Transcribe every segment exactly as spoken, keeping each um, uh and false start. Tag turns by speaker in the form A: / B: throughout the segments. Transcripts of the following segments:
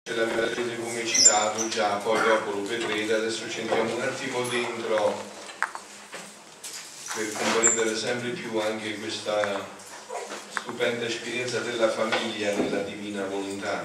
A: l'avete come citato già, poi dopo lo vedrete. Adesso ci entriamo un attimo dentro per comprendere sempre più anche questa stupenda esperienza della famiglia nella divina volontà.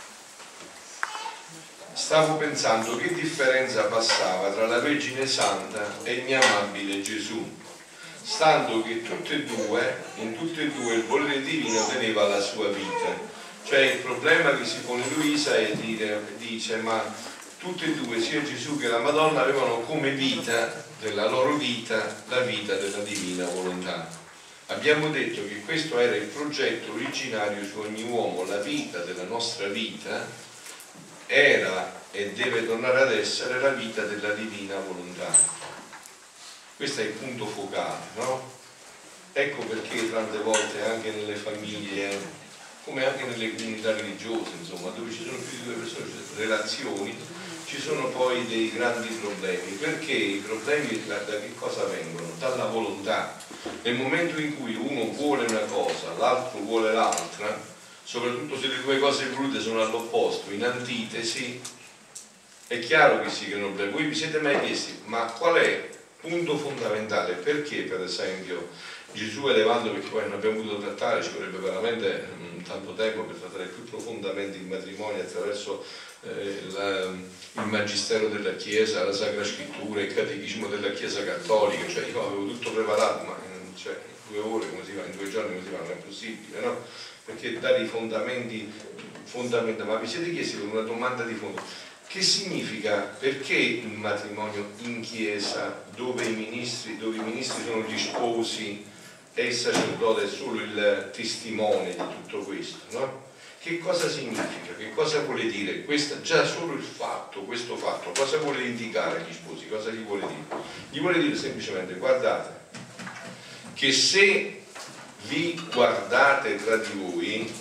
A: Stavo pensando che differenza passava tra la Vergine Santa e il mio amabile Gesù, stando che tutte e due, in tutte e due il volere divino teneva la sua vita. Cioè il problema che si pone Luisa è dire, dice, ma tutte e due, sia Gesù che la Madonna, avevano come vita della loro vita la vita della divina volontà. Abbiamo detto che questo era il progetto originario su ogni uomo, la vita della nostra vita era e deve tornare ad essere la vita della divina volontà. Questo è il punto focale, no? Ecco perché tante volte anche nelle famiglie, come anche nelle comunità religiose, insomma, dove ci sono più di due persone, relazioni, ci sono poi dei grandi problemi. Perché i problemi da, da che cosa vengono? Dalla volontà. Nel momento in cui uno vuole una cosa, l'altro vuole l'altra, soprattutto se le due cose volute sono all'opposto, in antitesi, è chiaro che si creano problemi. Voi vi siete mai chiesti, ma qual è il punto fondamentale? Perché, per esempio, Gesù elevando, perché poi non abbiamo potuto trattare, ci vorrebbe veramente mh, tanto tempo per trattare più profondamente il matrimonio attraverso eh, la, il magistero della Chiesa, la Sacra Scrittura, il catechismo della Chiesa Cattolica, cioè io avevo tutto preparato, ma cioè, in due ore come si fa, in due giorni come si fa, non è possibile, no? Perché dare i fondamenti, fondamentali. Ma vi siete chiesti per una domanda di fondo, che significa, perché il matrimonio in Chiesa, dove i ministri, dove i ministri sono gli sposi e il sacerdote è solo il testimone di tutto questo, no? Che cosa significa? Che cosa vuole dire? Questo, già solo il fatto, questo fatto, cosa vuole indicare agli sposi? Cosa gli vuole dire? Gli vuole dire semplicemente, guardate, che se vi guardate tra di voi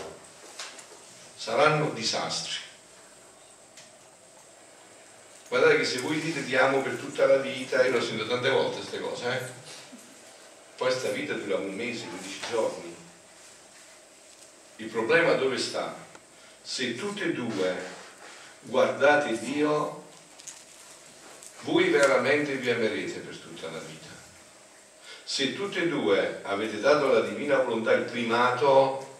A: saranno disastri. Guardate che se voi dite ti amo per tutta la vita, io l'ho sentito tante volte queste cose, eh? Poi sta vita dura un mese, quindici giorni. Il problema dove sta? Se tutte e due guardate Dio, voi veramente vi amerete per tutta la vita. Se tutte e due avete dato alla divina volontà il primato,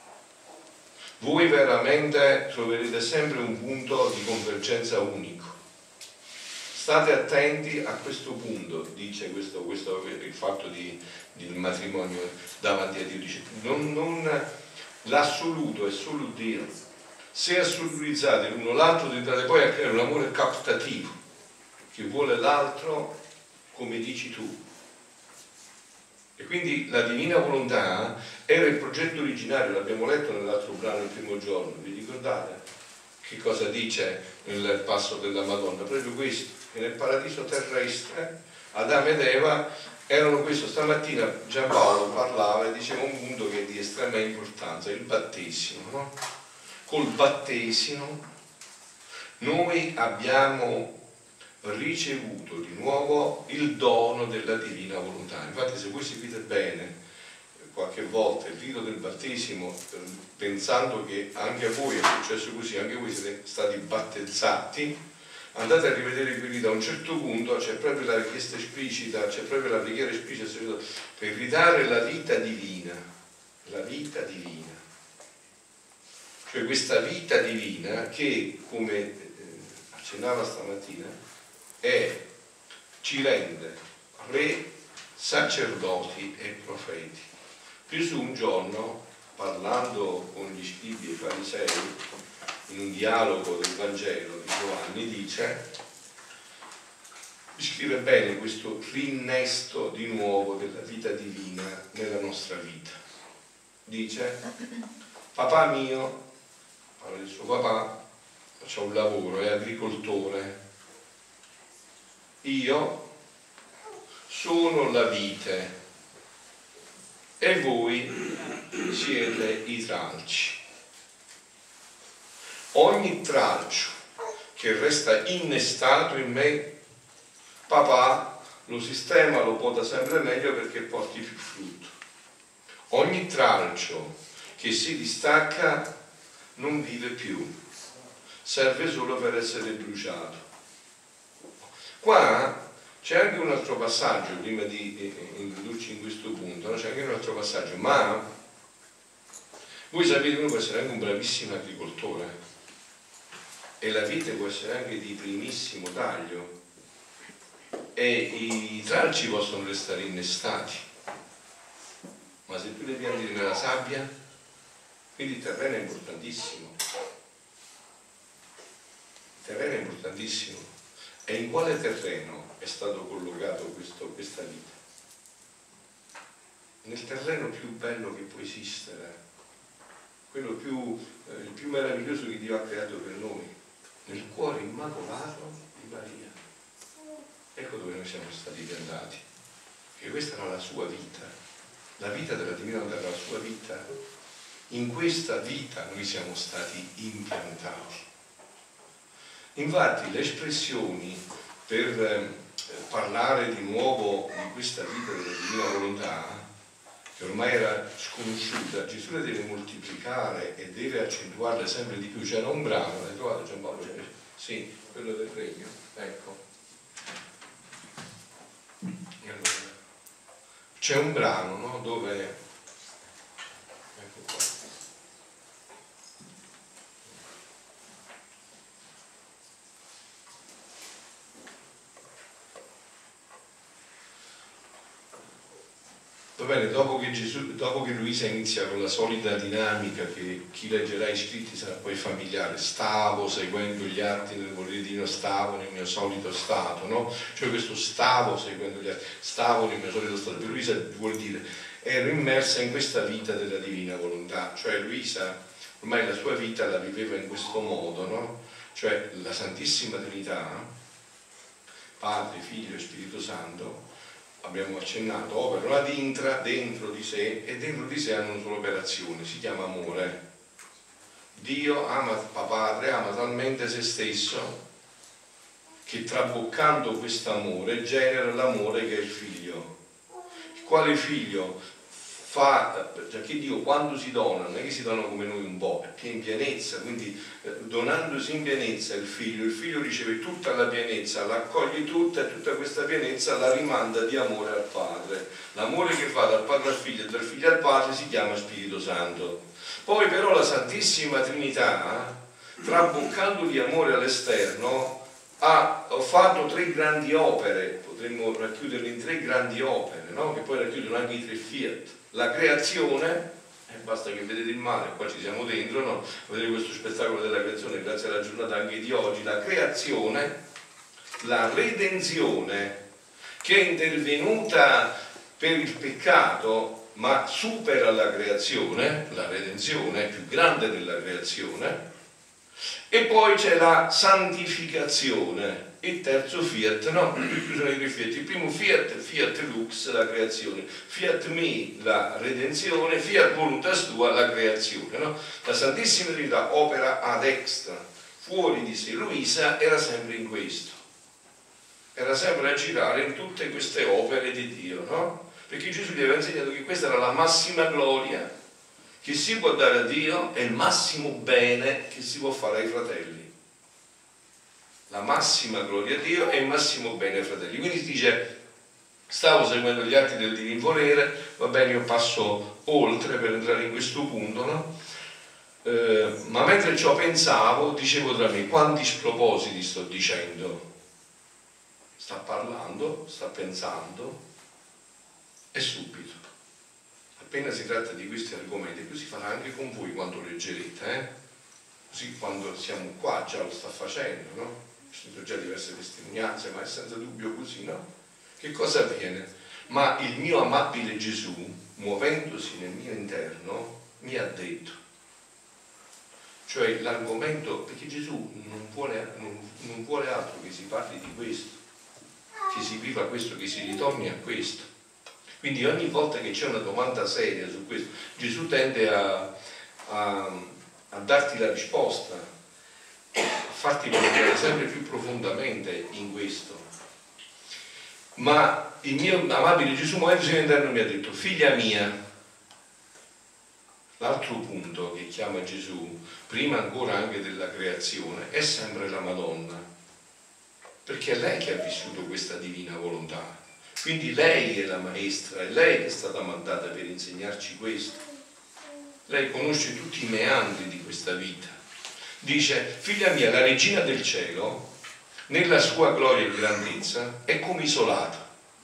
A: voi veramente troverete sempre un punto di convergenza unico. State attenti a questo punto, dice questo, questo il fatto di, del matrimonio davanti a Dio, dice non, non, l'assoluto è solo Dio. Se assolutizzate l'uno l'altro diventate poi a creare un amore captativo che vuole l'altro come dici tu. E quindi la divina volontà era il progetto originario, l'abbiamo letto nell'altro brano il primo giorno, vi ricordate? Che cosa dice nel passo della Madonna? Proprio questo, che nel paradiso terrestre Adamo ed Eva erano questo. Stamattina Giampaolo parlava e diceva un punto che è di estrema importanza, il battesimo, no? Col battesimo noi abbiamo ricevuto di nuovo il dono della divina volontà. Infatti se voi seguite bene qualche volta il rito del battesimo, pensando che anche a voi è successo così, anche voi siete stati battezzati, andate a rivedere quel rito. A un certo punto c'è proprio la richiesta esplicita, c'è proprio la preghiera esplicita per ridare la vita divina, la vita divina, cioè questa vita divina che, come eh, accennava stamattina, è, ci rende re, sacerdoti e profeti. Gesù un giorno, parlando con gli scribi e i farisei, in un dialogo del Vangelo di Giovanni, dice, scrive bene questo rinnesto di nuovo della vita divina nella nostra vita. Dice, papà mio, parla del suo papà, faccia un lavoro, è agricoltore, io sono la vite e voi siete i tralci. Ogni tralcio che resta innestato in me, papà lo sistema, lo poda sempre meglio perché porti più frutto. Ogni tralcio che si distacca non vive più. serve solo per essere bruciato. Qua c'è anche un altro passaggio, prima di introdurci in questo punto, no? C'è anche un altro passaggio, ma voi sapete che uno può essere anche un bravissimo agricoltore e la vite può essere anche di primissimo taglio e i tralci possono restare innestati, ma se tu le pianti nella sabbia, quindi il terreno è importantissimo. Il terreno è importantissimo. E in quale terreno è stato collocato questo, questa vita? Nel terreno più bello che può esistere, quello più, eh, il più meraviglioso che Dio ha creato per noi, nel cuore immacolato di Maria. Ecco dove noi siamo stati piantati, perché questa era la sua vita, la vita della Divina Volontà era la sua vita. In questa vita noi siamo stati impiantati. Infatti le espressioni per eh, parlare di nuovo di questa vita della Divina Volontà, che ormai era sconosciuta, Gesù le deve moltiplicare e deve accentuarle sempre di più. C'era un brano, l'hai trovato Giampaolo? Sì, quello del regno, ecco. C'è un brano, no, dove, ecco qua, va bene, dopo che, Gesù, dopo che Luisa inizia con la solita dinamica che chi leggerà i scritti sarà poi familiare, stavo seguendo gli atti del volere divino, stavo nel mio solito stato, no? Cioè questo stavo seguendo gli atti, stavo nel mio solito stato, per Luisa vuol dire ero immersa in questa vita della Divina Volontà, cioè Luisa ormai la sua vita la viveva in questo modo, no? Cioè la Santissima Trinità, Padre, Figlio e Spirito Santo, abbiamo accennato, operano ad intra dentro di sé e dentro di sé hanno una sola operazione, si chiama amore. Dio ama, Padre ama talmente se stesso che traboccando questo amore genera l'amore che è il figlio, il quale figlio fa, cioè che Dio quando si dona non è che si dona come noi un po', è in pienezza, quindi eh, donandosi in pienezza il figlio, il figlio riceve tutta la pienezza, la accoglie tutta e tutta questa pienezza la rimanda di amore al Padre. L'amore che fa dal Padre al Figlio e dal Figlio al Padre si chiama Spirito Santo. Poi però la Santissima Trinità, traboccando di amore all'esterno, ha fatto tre grandi opere, potremmo racchiuderle in tre grandi opere, no? Che poi racchiudono anche i tre fiat. La creazione, eh, basta che vedete il mare, qua ci siamo dentro, no? Vedete questo spettacolo della creazione grazie alla giornata anche di oggi, la creazione, la redenzione che è intervenuta per il peccato ma supera la creazione, la redenzione è più grande della creazione, e poi c'è la santificazione. Il terzo fiat, no? Qui sono i tre fiat. Il primo fiat, fiat lux, la creazione, fiat mi, la redenzione, fiat voluntas tua, la creazione, no? La Santissima Trinità opera ad extra, fuori di sé. Luisa era sempre in questo, era sempre a girare in tutte queste opere di Dio, no? Perché Gesù gli aveva insegnato che questa era la massima gloria che si può dare a Dio e il massimo bene che si può fare ai fratelli. La massima gloria a Dio e il massimo bene ai fratelli. Quindi si dice, stavo seguendo gli atti del divin volere, va bene, io passo oltre per entrare in questo punto, no? Eh, ma mentre ciò pensavo, dicevo tra me, quanti spropositi sto dicendo? Sta parlando, sta pensando, e subito, appena si tratta di questi argomenti, così farà anche con voi quando leggerete, eh? Così quando siamo qua già lo sta facendo, no? Ci sono già diverse testimonianze, ma è senza dubbio così, no? Che cosa avviene? Ma il mio amabile Gesù, muovendosi nel mio interno, mi ha detto, cioè l'argomento, perché Gesù non vuole, non, non vuole altro che si parli di questo, che si viva questo, che si ritorni a questo. Quindi ogni volta che c'è una domanda seria su questo, Gesù tende a, a, a darti la risposta, a farti penetrare sempre più profondamente in questo. Ma il mio amabile Gesù, muovendosi nell'interno, mi ha detto, figlia mia, l'altro punto che chiama Gesù, prima ancora anche della creazione, è sempre la Madonna, perché è lei che ha vissuto questa divina volontà. Quindi lei è la maestra, è lei che è stata mandata per insegnarci questo. Lei conosce tutti i meandri di questa vita. Dice: figlia mia, la regina del cielo, nella sua gloria e grandezza, è come isolata.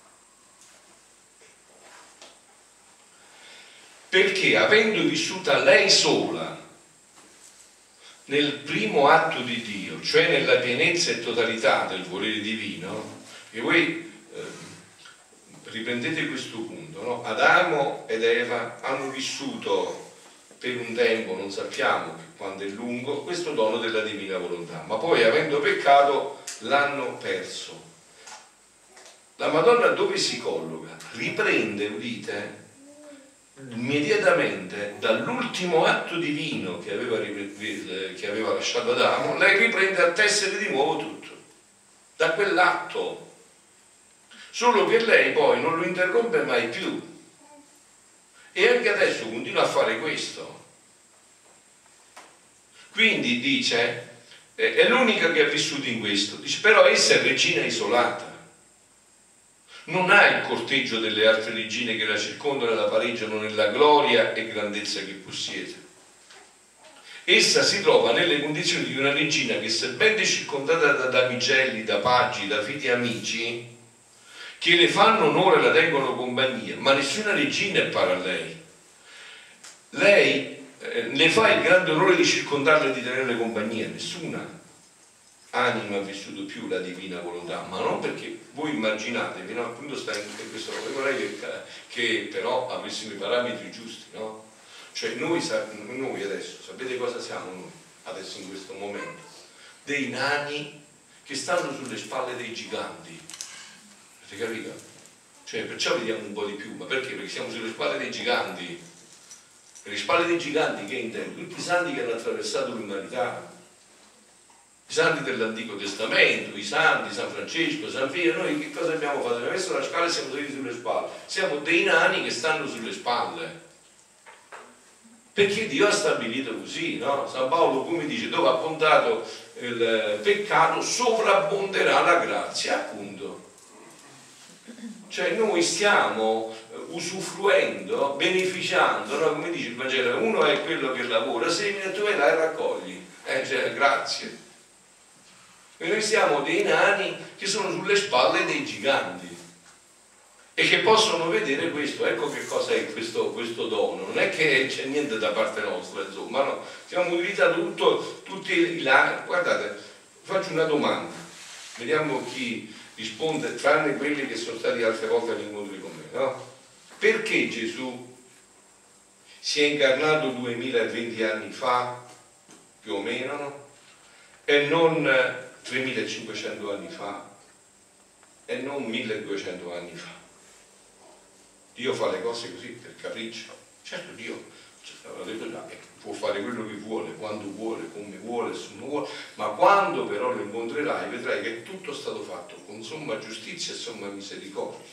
A: Perché avendo vissuta lei sola nel primo atto di Dio, cioè nella pienezza e totalità del volere divino, e voi eh, riprendete questo punto, no? Adamo ed Eva hanno vissuto per un tempo, non sappiamo quanto è lungo, questo dono della divina volontà, ma poi avendo peccato l'hanno perso. La Madonna dove si colloca? Riprende, udite, immediatamente dall'ultimo atto divino che aveva, che aveva lasciato Adamo, lei riprende a tessere di nuovo tutto, da quell'atto, solo che lei poi non lo interrompe mai più, e anche adesso continua a fare questo. Quindi dice, è l'unica che ha vissuto in questo, dice, però essa è regina isolata, non ha il corteggio delle altre regine che la circondano e la pareggiano nella gloria e grandezza che possiede. Essa si trova nelle condizioni di una regina che, sebbene circondata da damigelli, da paggi, da fidi amici, che le fanno onore e la tengono compagnia, ma nessuna regina è pari a lei. Lei eh, le fa il grande onore di circondarle e di tenerle compagnia, nessuna anima ha vissuto più la divina volontà, ma non perché voi immaginatevi, no? Appunto sta in questo, vorrei che, che però avessimo i parametri giusti, no? Cioè noi, noi adesso, sapete cosa siamo noi adesso in questo momento? Dei nani che stanno sulle spalle dei giganti, avete capito? Cioè perciò vediamo un po' di più, ma perché? Perché siamo sulle spalle dei giganti. Per le spalle dei giganti che intendo? Tutti i santi che hanno attraversato l'umanità, i santi dell'Antico Testamento, i santi, San Francesco, San Pio. Noi che cosa abbiamo fatto? Abbiamo messo la scala e siamo saliti sulle spalle. Siamo dei nani che stanno sulle spalle, perché Dio ha stabilito così, no? San Paolo come dice, dove ha puntato il peccato sovrabbonderà la grazia, appunto. Cioè noi stiamo usufruendo, beneficiando, no? Come dice il Vangelo, uno è quello che lavora, semina, tu vai là e raccogli, eh, cioè, grazie. E noi siamo dei nani che sono sulle spalle dei giganti e che possono vedere questo. Ecco che cosa è questo, questo dono. Non è che c'è niente da parte nostra, insomma, no. Stiamo utilizzando tutto, tutti i lati. Guardate, faccio una domanda, vediamo chi risponde, tranne quelli che sono stati altre volte agli incontri con me, no? Perché Gesù si è incarnato duemilaventi anni fa, più o meno, no? E non tremilacinquecento anni fa e non milleduecento anni fa? Dio fa le cose così per capriccio. Certo, Dio ha detto, no, può fare quello che vuole, quando vuole, come vuole, se non vuole, ma quando però lo incontrerai vedrai che tutto è stato fatto con somma giustizia e somma misericordia.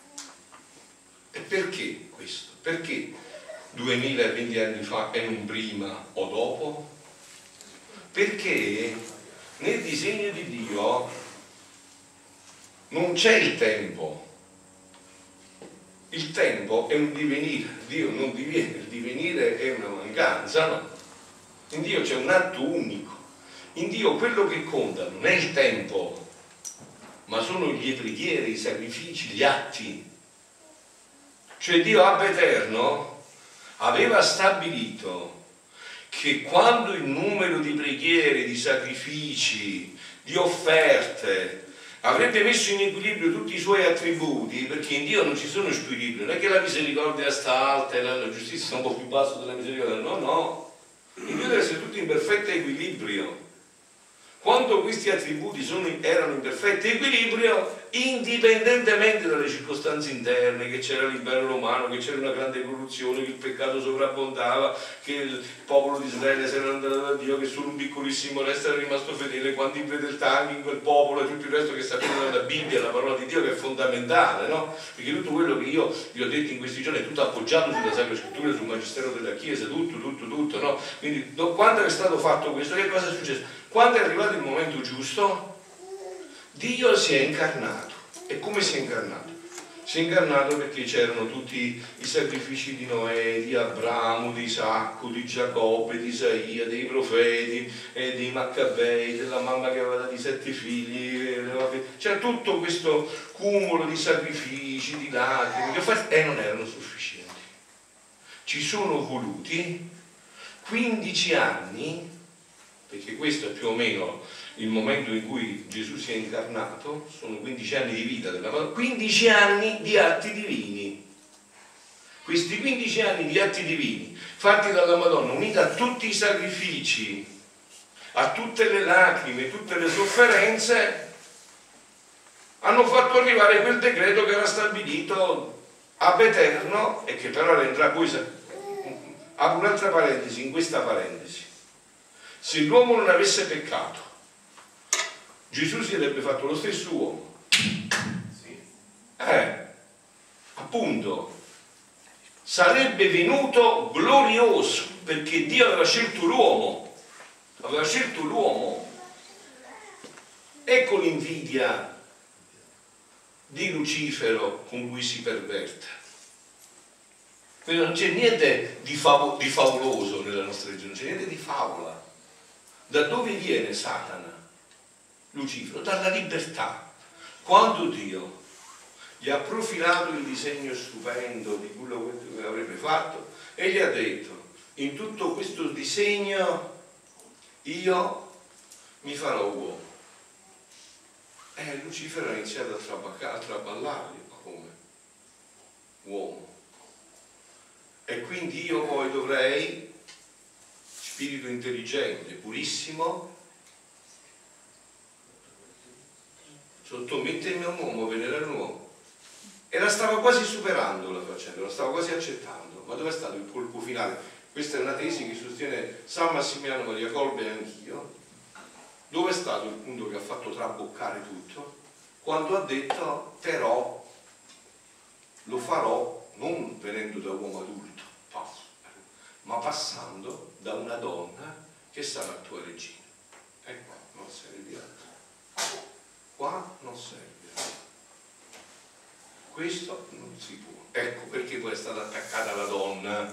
A: E perché questo? Perché duemilaventi anni fa e non prima o dopo? Perché nel disegno di Dio non c'è il tempo. Il tempo è un divenire, Dio non diviene, il divenire è una mancanza, no? In Dio c'è un atto unico. In Dio quello che conta non è il tempo, ma sono le preghiere, i sacrifici, gli atti. Cioè Dio Abba Eterno aveva stabilito che quando il numero di preghiere, di sacrifici, di offerte avrebbe messo in equilibrio tutti i suoi attributi, perché in Dio non ci sono squilibri, non è che la misericordia sta alta e la, la giustizia sta un po' più bassa della misericordia, no, no, in Dio deve essere tutto in perfetto equilibrio, quando questi attributi sono, erano in perfetto equilibrio, indipendentemente dalle circostanze interne, che c'era l'impero romano, che c'era una grande corruzione, che il peccato sovrabbondava, che il popolo di Israele si era andato da Dio, che solo un piccolissimo resto era rimasto fedele, quando in fedeltà anche in quel popolo e tutto il resto che sappiamo dalla Bibbia, la parola di Dio, che è fondamentale, no? Perché tutto quello che io vi ho detto in questi giorni è tutto appoggiato sulla Sacra Scrittura, sul Magistero della Chiesa, tutto, tutto, tutto, no? Quindi quando è stato fatto questo, che cosa è successo? Quando è arrivato il momento giusto, Dio si è incarnato. E come si è incarnato? Si è incarnato perché c'erano tutti i sacrifici di Noè, di Abramo, di Isacco, di Giacobbe, di Isaia, dei profeti, eh, dei Maccabei, della mamma che aveva dato i sette figli. Eh, c'era tutto questo cumulo di sacrifici, di lacrime, che fa... e non erano sufficienti. Ci sono voluti quindici anni, perché questo è più o meno il momento in cui Gesù si è incarnato, sono quindici anni di vita della Madonna, quindici anni di atti divini. Questi quindici anni di atti divini fatti dalla Madonna, uniti a tutti i sacrifici, a tutte le lacrime, tutte le sofferenze, hanno fatto arrivare quel decreto che era stabilito ab eterno e che però rendrà poi... Apro un'altra parentesi, in questa parentesi. Se l'uomo non avesse peccato, Gesù si sarebbe fatto lo stesso uomo. Sì. Eh, appunto, sarebbe venuto glorioso, perché Dio aveva scelto l'uomo, aveva scelto l'uomo. Ecco l'invidia di Lucifero con cui si perverte. Quindi non c'è niente di, fav- di favoloso nella nostra religione, non c'è niente di favola. Da dove viene Satana? Lucifero? Dalla libertà. Quando Dio gli ha profilato il disegno stupendo di quello che avrebbe fatto e gli ha detto: in tutto questo disegno io mi farò uomo. E Lucifero ha iniziato a, trabacca- a traballargli, ma come? Uomo. E quindi io poi dovrei, spirito intelligente, purissimo, sottomettermi a un uomo, venerare un uomo. E la stava quasi superando la faccenda, la stava quasi accettando. Ma dove è stato il colpo finale? Questa è una tesi che sostiene San Massimiliano Maria Kolbe e anch'io. Dove è stato il punto che ha fatto traboccare tutto? Quando ha detto: però lo farò non venendo da uomo adulto, ma passando da una donna che sarà tua regina. E qua non serve altro. Qua non serve altro. Questo non si può. Ecco perché poi è stata attaccata la donna,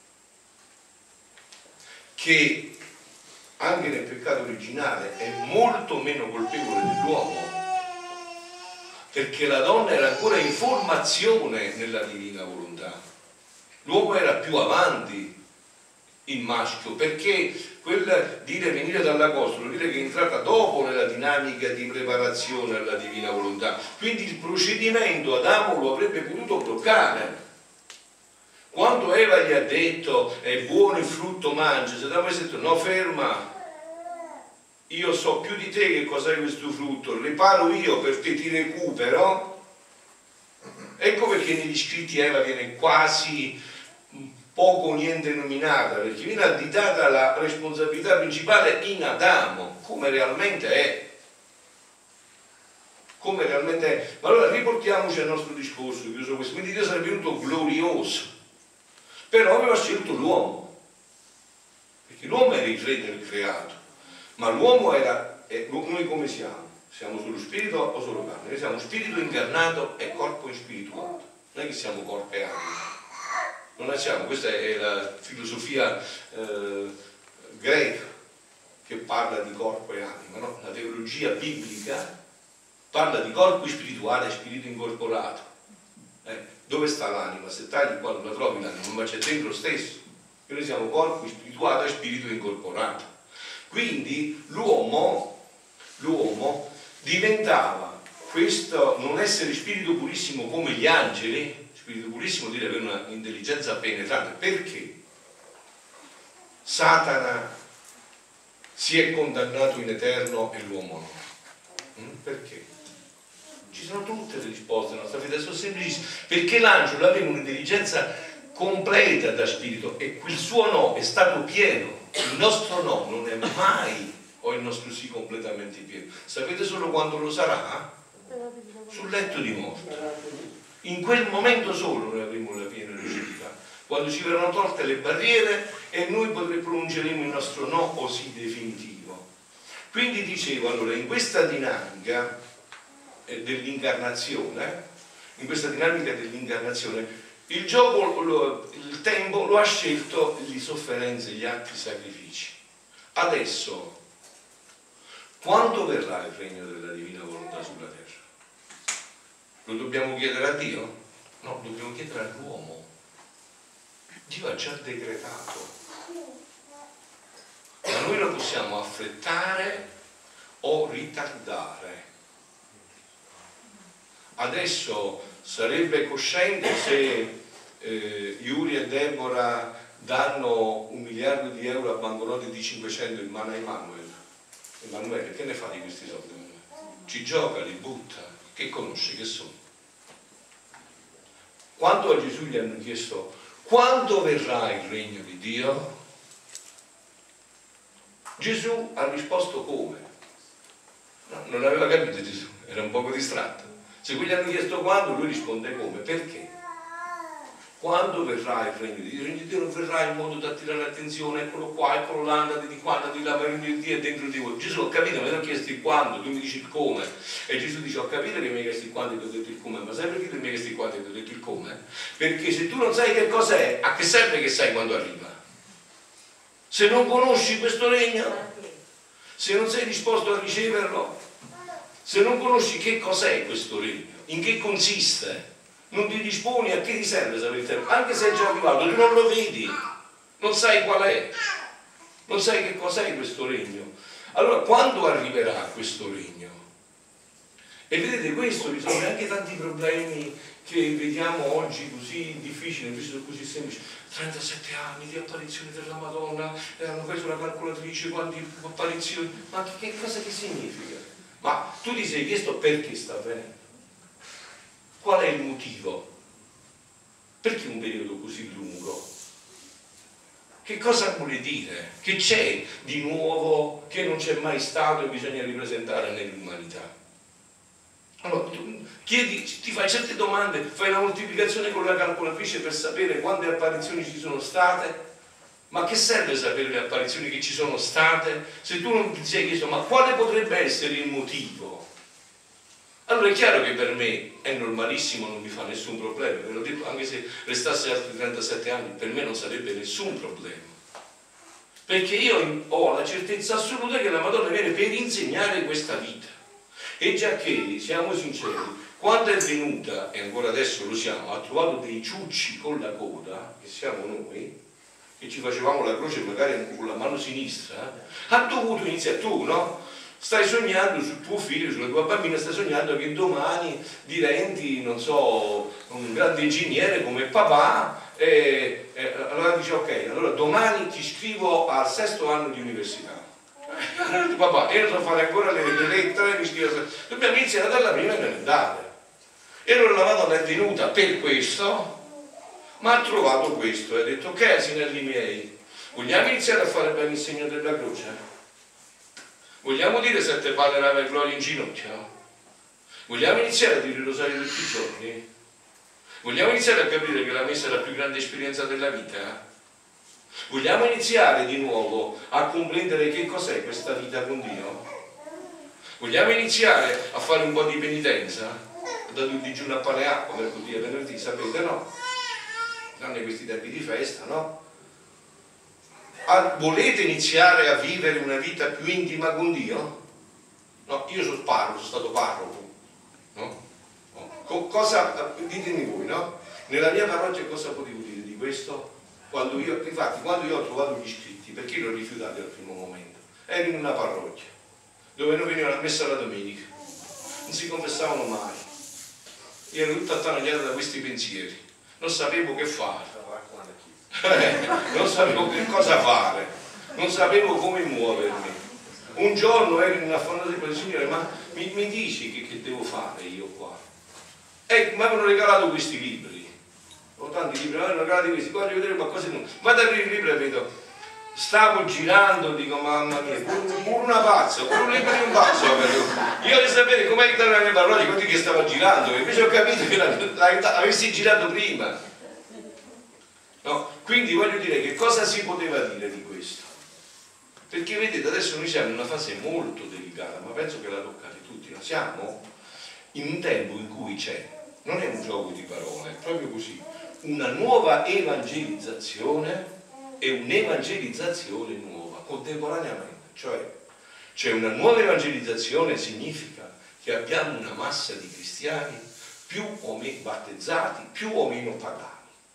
A: che anche nel peccato originale è molto meno colpevole dell'uomo, perché la donna era ancora in formazione nella divina volontà. L'uomo era più avanti, il maschio, perché quel dire venire dall'Apostolo vuol dire che è entrata dopo nella dinamica di preparazione alla divina volontà, quindi il procedimento Adamo lo avrebbe potuto bloccare. Quando Eva gli ha detto: è buono il frutto, mangia, se Adamo avesse detto: no, ferma, io so più di te che cos'è questo frutto, riparo io, per te ti recupero. Ecco perché negli scritti Eva viene quasi poco o niente nominata, perché viene additata la responsabilità principale in Adamo, come realmente è. Come realmente è. Ma allora riportiamoci al nostro discorso, chiuso questo. Quindi Dio sarebbe venuto glorioso, però aveva scelto l'uomo, perché l'uomo era il re del creato, ma l'uomo era, eh, noi come siamo? Siamo solo spirito o solo carne? Noi siamo spirito incarnato e corpo inspirituato, non è che siamo corpo e anima. Non siamo, questa è la filosofia eh, greca che parla di corpo e anima, no? La teologia biblica parla di corpo spirituale e spirito incorporato. Eh, dove sta l'anima? Se tagli qua non la trovi l'anima, ma c'è dentro stesso. E noi siamo corpo spirituale e spirito incorporato. Quindi l'uomo, l'uomo diventava questo non essere spirito purissimo come gli angeli. Spirito purissimo vuol dire avere una intelligenza penetrante. Perché Satana si è condannato in eterno e l'uomo no? Mm? Perché? Ci sono tutte le risposte nella nostra vita, sono semplicissime, perché l'angelo aveva un'intelligenza completa da spirito e quel suo no è stato pieno. Il nostro no non è mai o il nostro sì completamente pieno. Sapete solo quando lo sarà? Sul letto di morte. In quel momento solo noi avremo la piena lucidità, quando ci verranno tolte le barriere e noi pronunceremo il nostro no o sì definitivo. Quindi dicevo, allora, in questa dinamica dell'incarnazione, in questa dinamica dell'incarnazione, il gioco, lo, il tempo lo ha scelto le sofferenze, gli atti, i sacrifici. Adesso, quando verrà il regno della divina volontà sulla terra? Lo dobbiamo chiedere a Dio? No, dobbiamo chiedere all'uomo. Dio ha già decretato, ma noi lo possiamo affrettare o ritardare. Adesso sarebbe cosciente se eh, Yuri e Deborah danno un miliardo di euro a banconote di cinquecento in mano a Emanuele. Emanuele, che ne fa di questi soldi? Ci gioca, li butta, che conosce, che sono. Quando a Gesù gli hanno chiesto quando verrà il regno di Dio, Gesù ha risposto come? No, non aveva capito Gesù, era un poco distratto. Se quelli hanno chiesto quando, lui risponde come? Perché? Quando verrà il regno di Dio? Il regno di Dio non verrà in modo da attirare l'attenzione, eccolo qua, eccolo là, andate di qua, andate di là, ma il regno di Dio è dentro di voi. Gesù, ho capito, mi hanno chiesto il quando, tu mi dici il come. E Gesù dice, ho capito che mi hai chiesto il quando e ti ho detto il come, ma sai perché tu mi hai chiesto il quando e ti ho detto il come? Perché se tu non sai che cos'è, a che serve che sai quando arriva? Se non conosci questo regno, se non sei disposto a riceverlo, se non conosci che cos'è questo regno, in che consiste, non ti disponi, a che ti serve sapere tempo? Anche se è già arrivato, tu non lo vedi, non sai qual è, non sai che cos'è questo regno. Allora, quando arriverà questo regno? E vedete, questo risolve anche tanti problemi che vediamo oggi così difficili, invece così semplici. trentasette anni di apparizione della Madonna, e hanno preso la calcolatrice, quanti apparizioni, ma che, che cosa che significa? Ma tu ti sei chiesto perché sta avvenendo? Qual è il motivo? Perché un periodo così lungo? Che cosa vuole dire? Che c'è di nuovo che non c'è mai stato e bisogna ripresentare nell'umanità? Allora, tu chiedi, ti fai certe domande, fai la moltiplicazione con la calcolatrice per sapere quante apparizioni ci sono state, ma che serve sapere le apparizioni che ci sono state se tu non ti sei chiesto ma quale potrebbe essere il motivo? Allora è chiaro che per me è normalissimo, non mi fa nessun problema, ve l'ho detto, anche se restasse altri trentasette anni, per me non sarebbe nessun problema. Perché io ho la certezza assoluta che la Madonna viene per insegnare questa vita. E già che, siamo sinceri, quando è venuta, e ancora adesso lo siamo, ha trovato dei ciucci con la coda, che siamo noi, che ci facevamo la croce magari con la mano sinistra, ha dovuto iniziare, tu no? Stai sognando sul tuo figlio, sulla tua bambina, stai sognando che domani diventi, non so, un grande ingegnere come papà, e, e allora dici ok, allora domani ti iscrivo al sesto anno di università. Papà, io non so fare ancora le, le lettere, mi scrivo, dobbiamo iniziare dalla prima elementare. E allora la Madonna è venuta per questo, ma ha trovato questo e ha detto ok, asinelli miei, vogliamo iniziare a fare bene il segno della croce? Vogliamo dire sette palle rave e gloria in ginocchio? Vogliamo iniziare a dire il rosario tutti i giorni? Vogliamo iniziare a capire che la messa è la più grande esperienza della vita? Vogliamo iniziare di nuovo a comprendere che cos'è questa vita con Dio? Vogliamo iniziare a fare un po' di penitenza? Da tutti i giorni a pane acqua, mercoledì e venerdì, sapete, no? Tranne questi tempi di festa, no? Ah, volete iniziare a vivere una vita più intima con Dio? No, io sono parroco, sono stato parroco, no? No. Cosa, ditemi voi, no? Nella mia parrocchia cosa potevo dire di questo? Quando io, infatti, quando io ho trovato gli iscritti, perché l'ho rifiutato al primo momento? Ero in una parrocchia, dove non venivano a messa la domenica, non si confessavano mai. Io ero tutto attanagliato da questi pensieri, non sapevo che fare. Eh, non sapevo che cosa fare, non sapevo come muovermi. Un giorno ero in una affannosa di Signore, ma mi, mi dici che, che devo fare io qua? E mi avevano regalato questi libri, ho tanti libri, mi avevano regalato questi, voglio vedere qualcosa di nuovo. Vado ad aprire il libro e vedo, stavo girando, dico mamma mia, pure una pazza, pure un libro di un pazzo. Io voglio sapere com'è che erano le mie parole, quelli che stava girando, invece ho capito che l'avessi girato prima. No? Quindi voglio dire, che cosa si poteva dire di questo? Perché vedete, adesso noi siamo in una fase molto delicata, ma penso che la toccate tutti, no? Siamo in un tempo in cui c'è, non è un gioco di parole, è proprio così, una nuova evangelizzazione e un'evangelizzazione nuova, contemporaneamente. Cioè, c'è una nuova evangelizzazione, significa che abbiamo una massa di cristiani più o meno battezzati, più o meno pagani.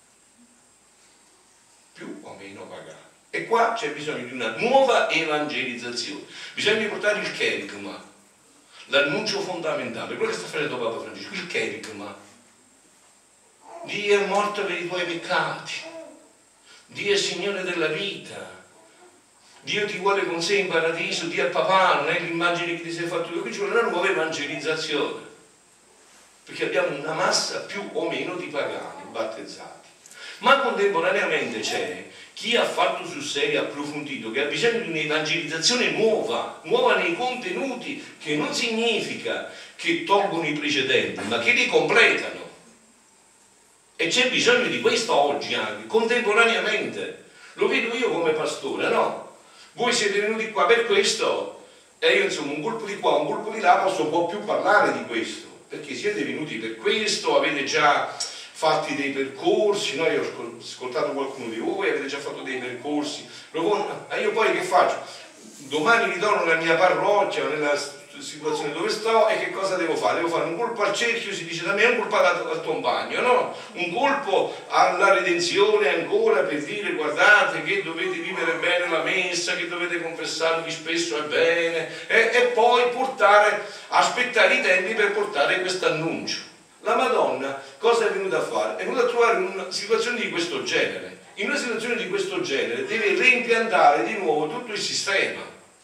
A: Più o meno pagani. E qua c'è bisogno di una nuova evangelizzazione. Bisogna portare il cherigma, l'annuncio fondamentale, quello che sta facendo Papa Francesco, il cherigma. Dio è morto per i tuoi peccati, Dio è Signore della vita, Dio ti vuole con sé in paradiso, Dio è papà, non è l'immagine che ti sei fatto tu. Qui c'è una nuova evangelizzazione, perché abbiamo una massa più o meno di pagani battezzati. Ma contemporaneamente c'è chi ha fatto sul serio, approfondito, che ha bisogno di un'evangelizzazione nuova, nuova nei contenuti, che non significa che tolgono i precedenti, ma che li completano. E c'è bisogno di questo oggi anche, contemporaneamente. Lo vedo io come pastore, no? Voi siete venuti qua per questo, e io insomma un colpo di qua, un colpo di là, posso un po' più parlare di questo, perché siete venuti per questo, avete già fatti dei percorsi, no? Io ho ascoltato qualcuno di voi, avete già fatto dei percorsi, e io poi che faccio? Domani ritorno nella mia parrocchia, nella situazione dove sto, e che cosa devo fare? Devo fare un colpo al cerchio, si dice da me, un colpo al, al tombagno, no? Un colpo alla redenzione ancora, per dire guardate che dovete vivere bene la messa, che dovete confessarvi spesso e bene, e, e poi portare, aspettare i tempi per portare questo annuncio. La Madonna cosa è venuta a fare? È venuta a trovare una situazione di questo genere. In una situazione di questo genere deve reimpiantare di nuovo tutto il sistema.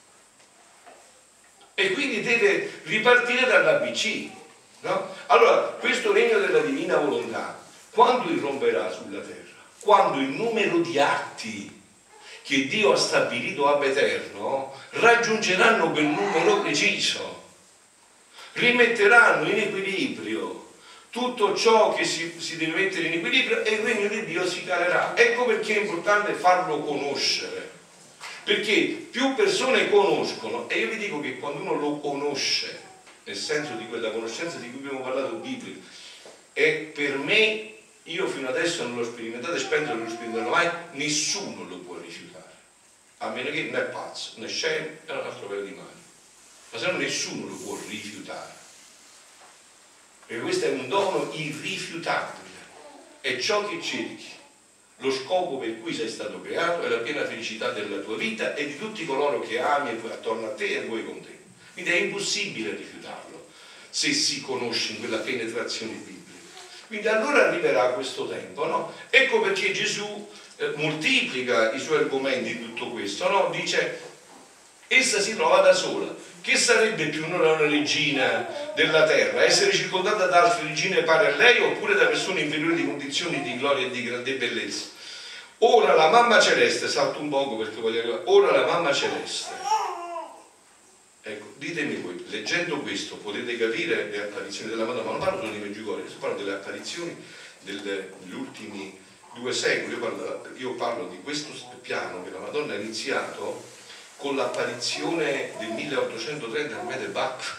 A: E quindi deve ripartire dall'A B C, no? Allora, questo regno della divina volontà, quando irromperà sulla terra? Quando il numero di atti che Dio ha stabilito ab eterno raggiungeranno quel numero preciso, rimetteranno in equilibrio tutto ciò che si, si deve mettere in equilibrio, e il regno di Dio si calerà. Ecco perché è importante farlo conoscere, perché più persone conoscono, e io vi dico che quando uno lo conosce, nel senso di quella conoscenza di cui abbiamo parlato biblica, e per me, io fino adesso non l'ho sperimentato e spero che non lo sperimenterò mai, nessuno lo può rifiutare, a meno che non è pazzo, non è scemo, è un altro paio di mani, ma se no nessuno lo può rifiutare. Perché questo è un dono irrifiutabile, è ciò che cerchi, lo scopo per cui sei stato creato è la piena felicità della tua vita e di tutti coloro che ami attorno a te e voi con te. Quindi è impossibile rifiutarlo se si conosce in quella penetrazione biblica. Quindi allora arriverà questo tempo, no? Ecco perché Gesù eh, moltiplica i suoi argomenti in tutto questo, no? Dice, essa si trova da sola. Che sarebbe più una regina della terra? Essere circondata da altre regine pari a lei, oppure da persone inferiori di condizioni di gloria e di grande bellezza? Ora la mamma celeste, salto un poco perché voglio arrivare, ora la mamma celeste. Ecco, ditemi voi, leggendo questo potete capire le apparizioni della Madonna, ma non parlo solo di Medjugorje, parlo delle apparizioni degli ultimi due secoli. Io parlo, io parlo di questo piano che la Madonna ha iniziato con l'apparizione del milleottocentotrenta al Medebach.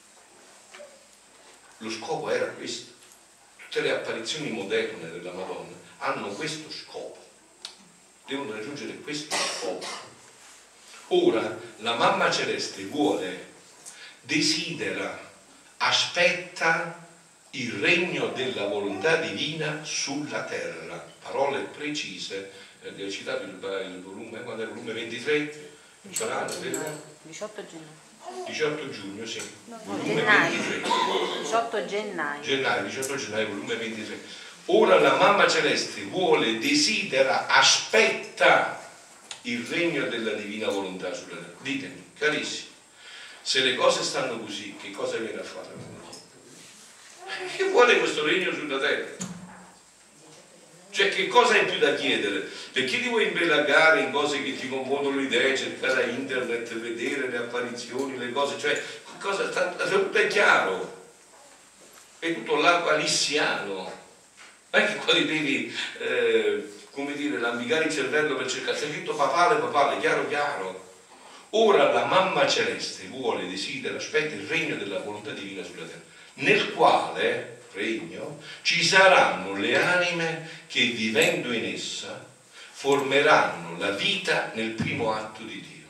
A: Lo scopo era questo. Tutte le apparizioni moderne della Madonna hanno questo scopo, devono raggiungere questo scopo. Ora la mamma celeste vuole, desidera, aspetta il regno della volontà divina sulla terra. Parole precise, eh, citato il, il volume, quando è il volume ventitré?
B: diciotto gennaio.
A: diciotto giugno, sì.
B: No,
A: volume
B: gennaio.
A: ventitré.
B: diciotto gennaio.
A: Gennaio, diciotto gennaio, volume ventitré. Ora la mamma celeste vuole, desidera, aspetta il regno della divina volontà sulla terra. Ditemi, carissimi, se le cose stanno così, che cosa viene a fare? Che vuole questo regno sulla terra? Cioè, che cosa hai più da chiedere? Perché ti vuoi imbellagare in cose che ti confondono le idee, cercare a internet, vedere le apparizioni, le cose, cioè, cosa, tutto è chiaro, è tutto lapalissiano. Non è che qua ti devi, eh, come dire, lambicare il cervello per cercare, sei scritto papale, papale, chiaro, chiaro. Ora la mamma celeste vuole, desidera, aspetta il regno della volontà divina sulla terra, nel quale regno ci saranno le anime che vivendo in essa formeranno la vita nel primo atto di Dio,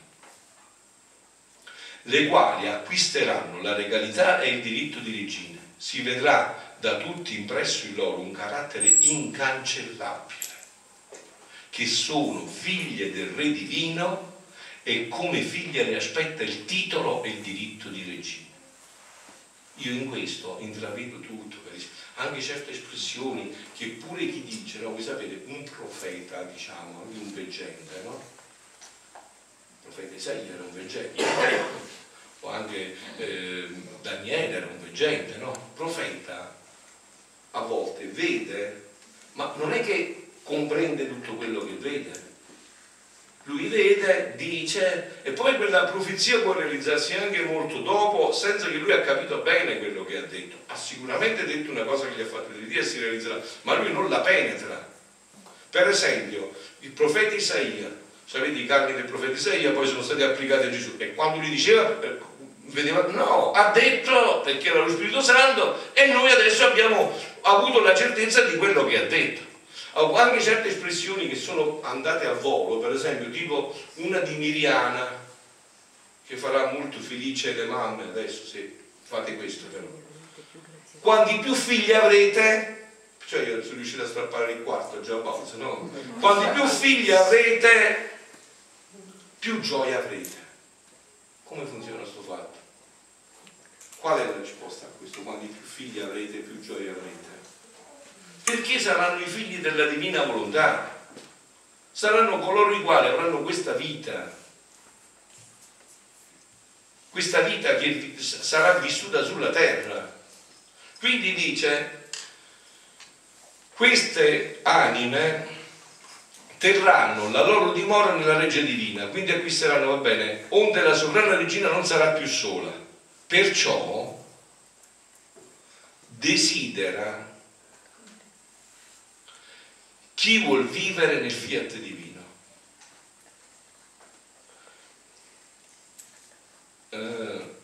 A: le quali acquisteranno la regalità e il diritto di regina. Si vedrà da tutti impresso in loro un carattere incancellabile, che sono figlie del Re divino e come figlia ne aspetta il titolo e il diritto di regina. Io in questo intravedo tutto, anche certe espressioni che pure chi dice, no? Voi sapete, un profeta, diciamo, anche un veggente, no? Il profeta Isaia era un veggente, o anche eh, Daniele era un veggente, no? Profeta a volte vede, ma non è che comprende tutto quello che vede. Lui vede, dice, e poi quella profezia può realizzarsi anche molto dopo, senza che lui ha capito bene quello che ha detto. Ha sicuramente detto una cosa che gli ha fatto dire e si realizzerà, ma lui non la penetra. Per esempio, il profeta Isaia, sapete, i canoni del profeta Isaia poi sono stati applicati a Gesù, e quando lui diceva, vedeva, no, ha detto, perché era lo Spirito Santo, e noi adesso abbiamo avuto la certezza di quello che ha detto. Anche certe espressioni che sono andate a volo, per esempio tipo una di Miriana, che farà molto felice le mamme adesso se fate questo però. Quanti più figli avrete, cioè io sono riuscito a strappare il quarto già a pausa, no? Quanti più figli avrete, più gioia avrete. Come funziona questo fatto? Qual è la risposta a questo? Quanti più figli avrete, più gioia avrete? Perché saranno i figli della divina volontà, saranno coloro i quali avranno questa vita, questa vita che sarà vissuta sulla terra. Quindi dice, queste anime terranno la loro dimora nella reggia divina, quindi acquisteranno, va bene, onde la sovrana regina non sarà più sola, perciò desidera chi vuol vivere nel fiat divino. Eh,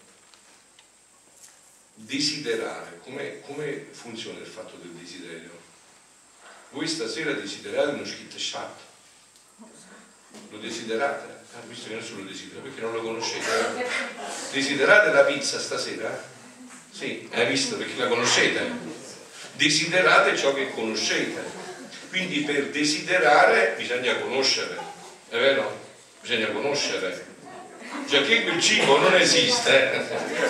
A: desiderare, come, come funziona il fatto del desiderio? Voi stasera desiderate uno schittesciat? Lo desiderate? Ah, visto che nessuno lo desidera, perché non lo conoscete? Desiderate la pizza stasera? Sì, hai visto perché la conoscete? Desiderate ciò che conoscete. Quindi per desiderare bisogna conoscere, è vero? Bisogna conoscere. Già che quel cibo non esiste.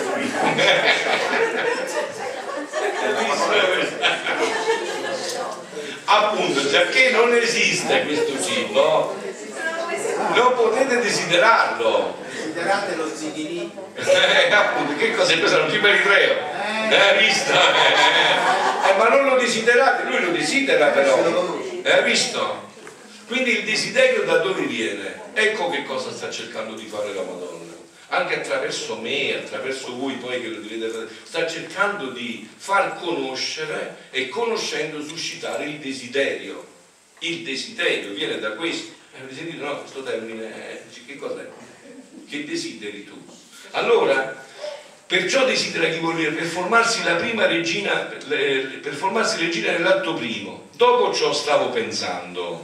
A: Appunto, già che non esiste questo cibo, non potete desiderarlo.
C: Desiderate lo zigiri.
A: Eh, appunto, che cosa è questo? Non ti peritreo? Eh, visto? Eh, ma non lo desiderate, lui lo desidera però. Eh, visto? Quindi il desiderio da dove viene? Ecco che cosa sta cercando di fare la Madonna. Anche attraverso me, attraverso voi poi che lo dovete fare, sta cercando di far conoscere e conoscendo suscitare il desiderio. Il desiderio viene da questo. Avete sentito, no? Questo termine, eh, che cos'è? Che desideri tu? Allora, perciò desidera chi vuol dire per formarsi la prima regina, per formarsi regina nell'atto primo. Dopo ciò stavo pensando,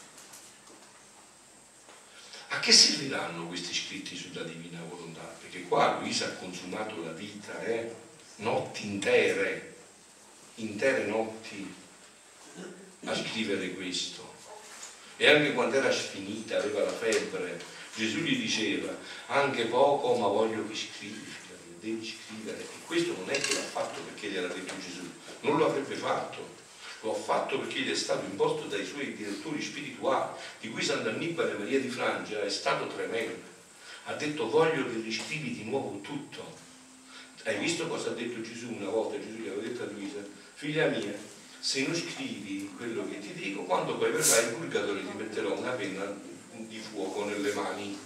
A: a che serviranno questi scritti sulla divina volontà? Perché qua Luisa ha consumato la vita, eh? Notti intere, intere notti a scrivere questo. E anche quando era sfinita, aveva la febbre, Gesù gli diceva, anche poco ma voglio che scrivi, devi scrivere. E questo non è che l'ha fatto perché gliel'ha detto Gesù, non lo avrebbe fatto. Lo ha fatto perché gli è stato imposto dai suoi direttori spirituali, di cui Sant'Annibale Maria di Francia è stato tremendo. Ha detto voglio che riscrivi di nuovo tutto. Hai visto cosa ha detto Gesù una volta? Gesù gli aveva detto a Luisa, figlia mia, se non scrivi quello che ti dico, quando poi verrai in purgatorio ti metterò una penna di fuoco nelle mani.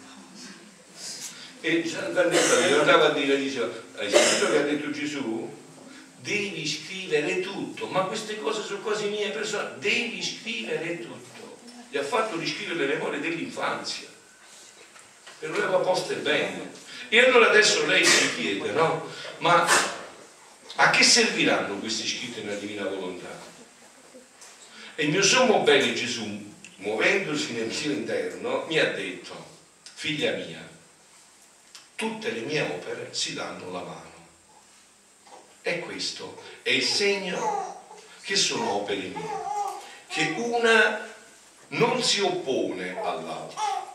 A: E Sant'Annetta gli andava a dire, diceva, hai sentito che ha detto Gesù? Devi scrivere tutto, ma queste cose sono cose mie personali, devi scrivere tutto. Gli ha fatto riscrivere le memorie dell'infanzia e non le aveva poste bene. E allora adesso lei si chiede, no? Ma a che serviranno questi scritti nella Divina Volontà? E il mio sommo bene Gesù, muovendosi nel suo interno, mi ha detto, figlia mia, tutte le mie opere si danno la mano. E questo è il segno che sono opere mie, che una non si oppone all'altra.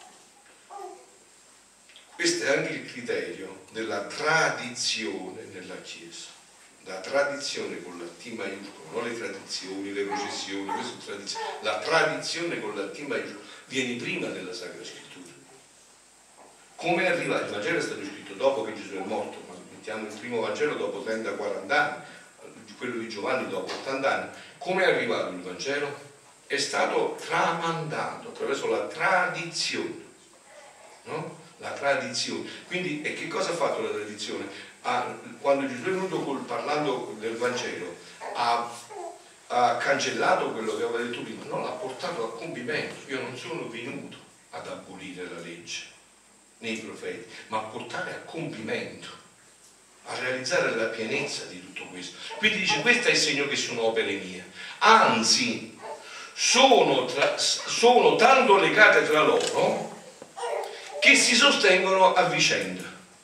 A: Questo è anche il criterio della tradizione nella Chiesa. La tradizione con la T maiuscola, non le tradizioni, le processioni, queste tradizioni. La tradizione con la T maiuscola viene prima della Sacra Scrittura. Come è arrivato? Il Vangelo è stato scritto dopo che Gesù è morto, ma mettiamo il primo Vangelo dopo trenta quaranta anni, quello di Giovanni dopo ottanta anni. Come è arrivato il Vangelo? È stato tramandato attraverso la tradizione, no? La tradizione. Quindi, e che cosa ha fatto la tradizione? Ha, quando Gesù è venuto col, parlando del Vangelo, ha, ha cancellato quello che aveva detto prima, no, l'ha portato a compimento. Io non sono venuto ad abolire la legge nei profeti, ma a portare a compimento, a realizzare la pienezza di tutto questo. Quindi dice, questo è il segno che sono opere mie. Anzi, sono, tra, sono tanto legate tra loro che si sostengono a vicenda.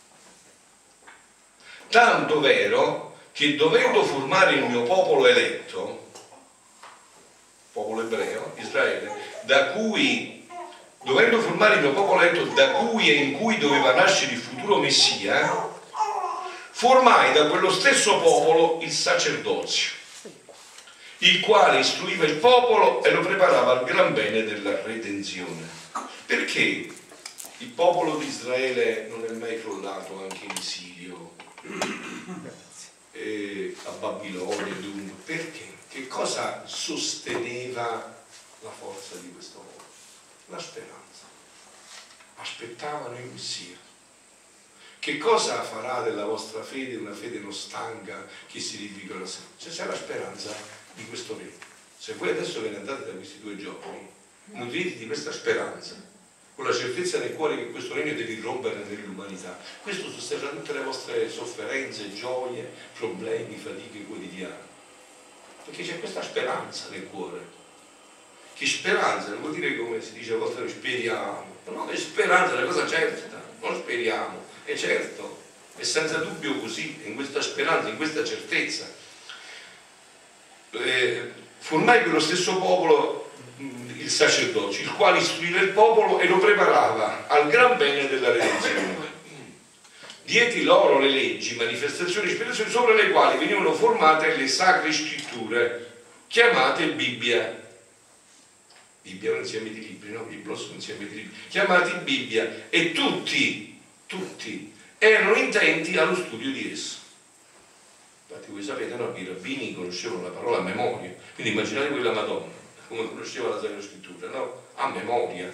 A: Tanto vero che dovendo formare il mio popolo eletto, popolo ebreo, Israele, da cui, dovendo formare il mio popolo eletto da cui e in cui doveva nascere il futuro Messia, formai da quello stesso popolo il sacerdozio, il quale istruiva il popolo e lo preparava al gran bene della redenzione. Perché il popolo di Israele non è mai crollato anche in esilio, eh, a Babilonia, dunque? Perché? Che cosa sosteneva la forza di questo popolo? La speranza. Aspettavano il Messia. Che cosa farà della vostra fede una fede non stanca che si rivigola sempre? Se c'è la speranza di questo regno. Se voi adesso ve ne andate da questi due giorni, nutriti di questa speranza, con la certezza nel cuore che questo regno deve irrompere nell'umanità, questo sosterrà tutte le vostre sofferenze, gioie, problemi, fatiche quotidiane. Perché c'è questa speranza nel cuore. Che speranza non vuol dire, come si dice a volte, speriamo. No, è speranza, è una cosa certa, non speriamo, è certo, è senza dubbio così, in questa speranza, in questa certezza. Eh, formai quello stesso popolo il sacerdozio, il quale istruiva il popolo e lo preparava al gran bene della redenzione. Diedi loro le leggi, manifestazioni e ispirazioni sopra le quali venivano formate le sacre scritture, chiamate Bibbia. Bibbia è un insieme di libri, no? Bibbia sono un insieme di libri, chiamati Bibbia, e tutti, tutti erano intenti allo studio di esso. Infatti voi sapete, no, che i rabbini conoscevano la parola a memoria, quindi immaginate quella Madonna come conosceva la Sacra Scrittura, no? A memoria,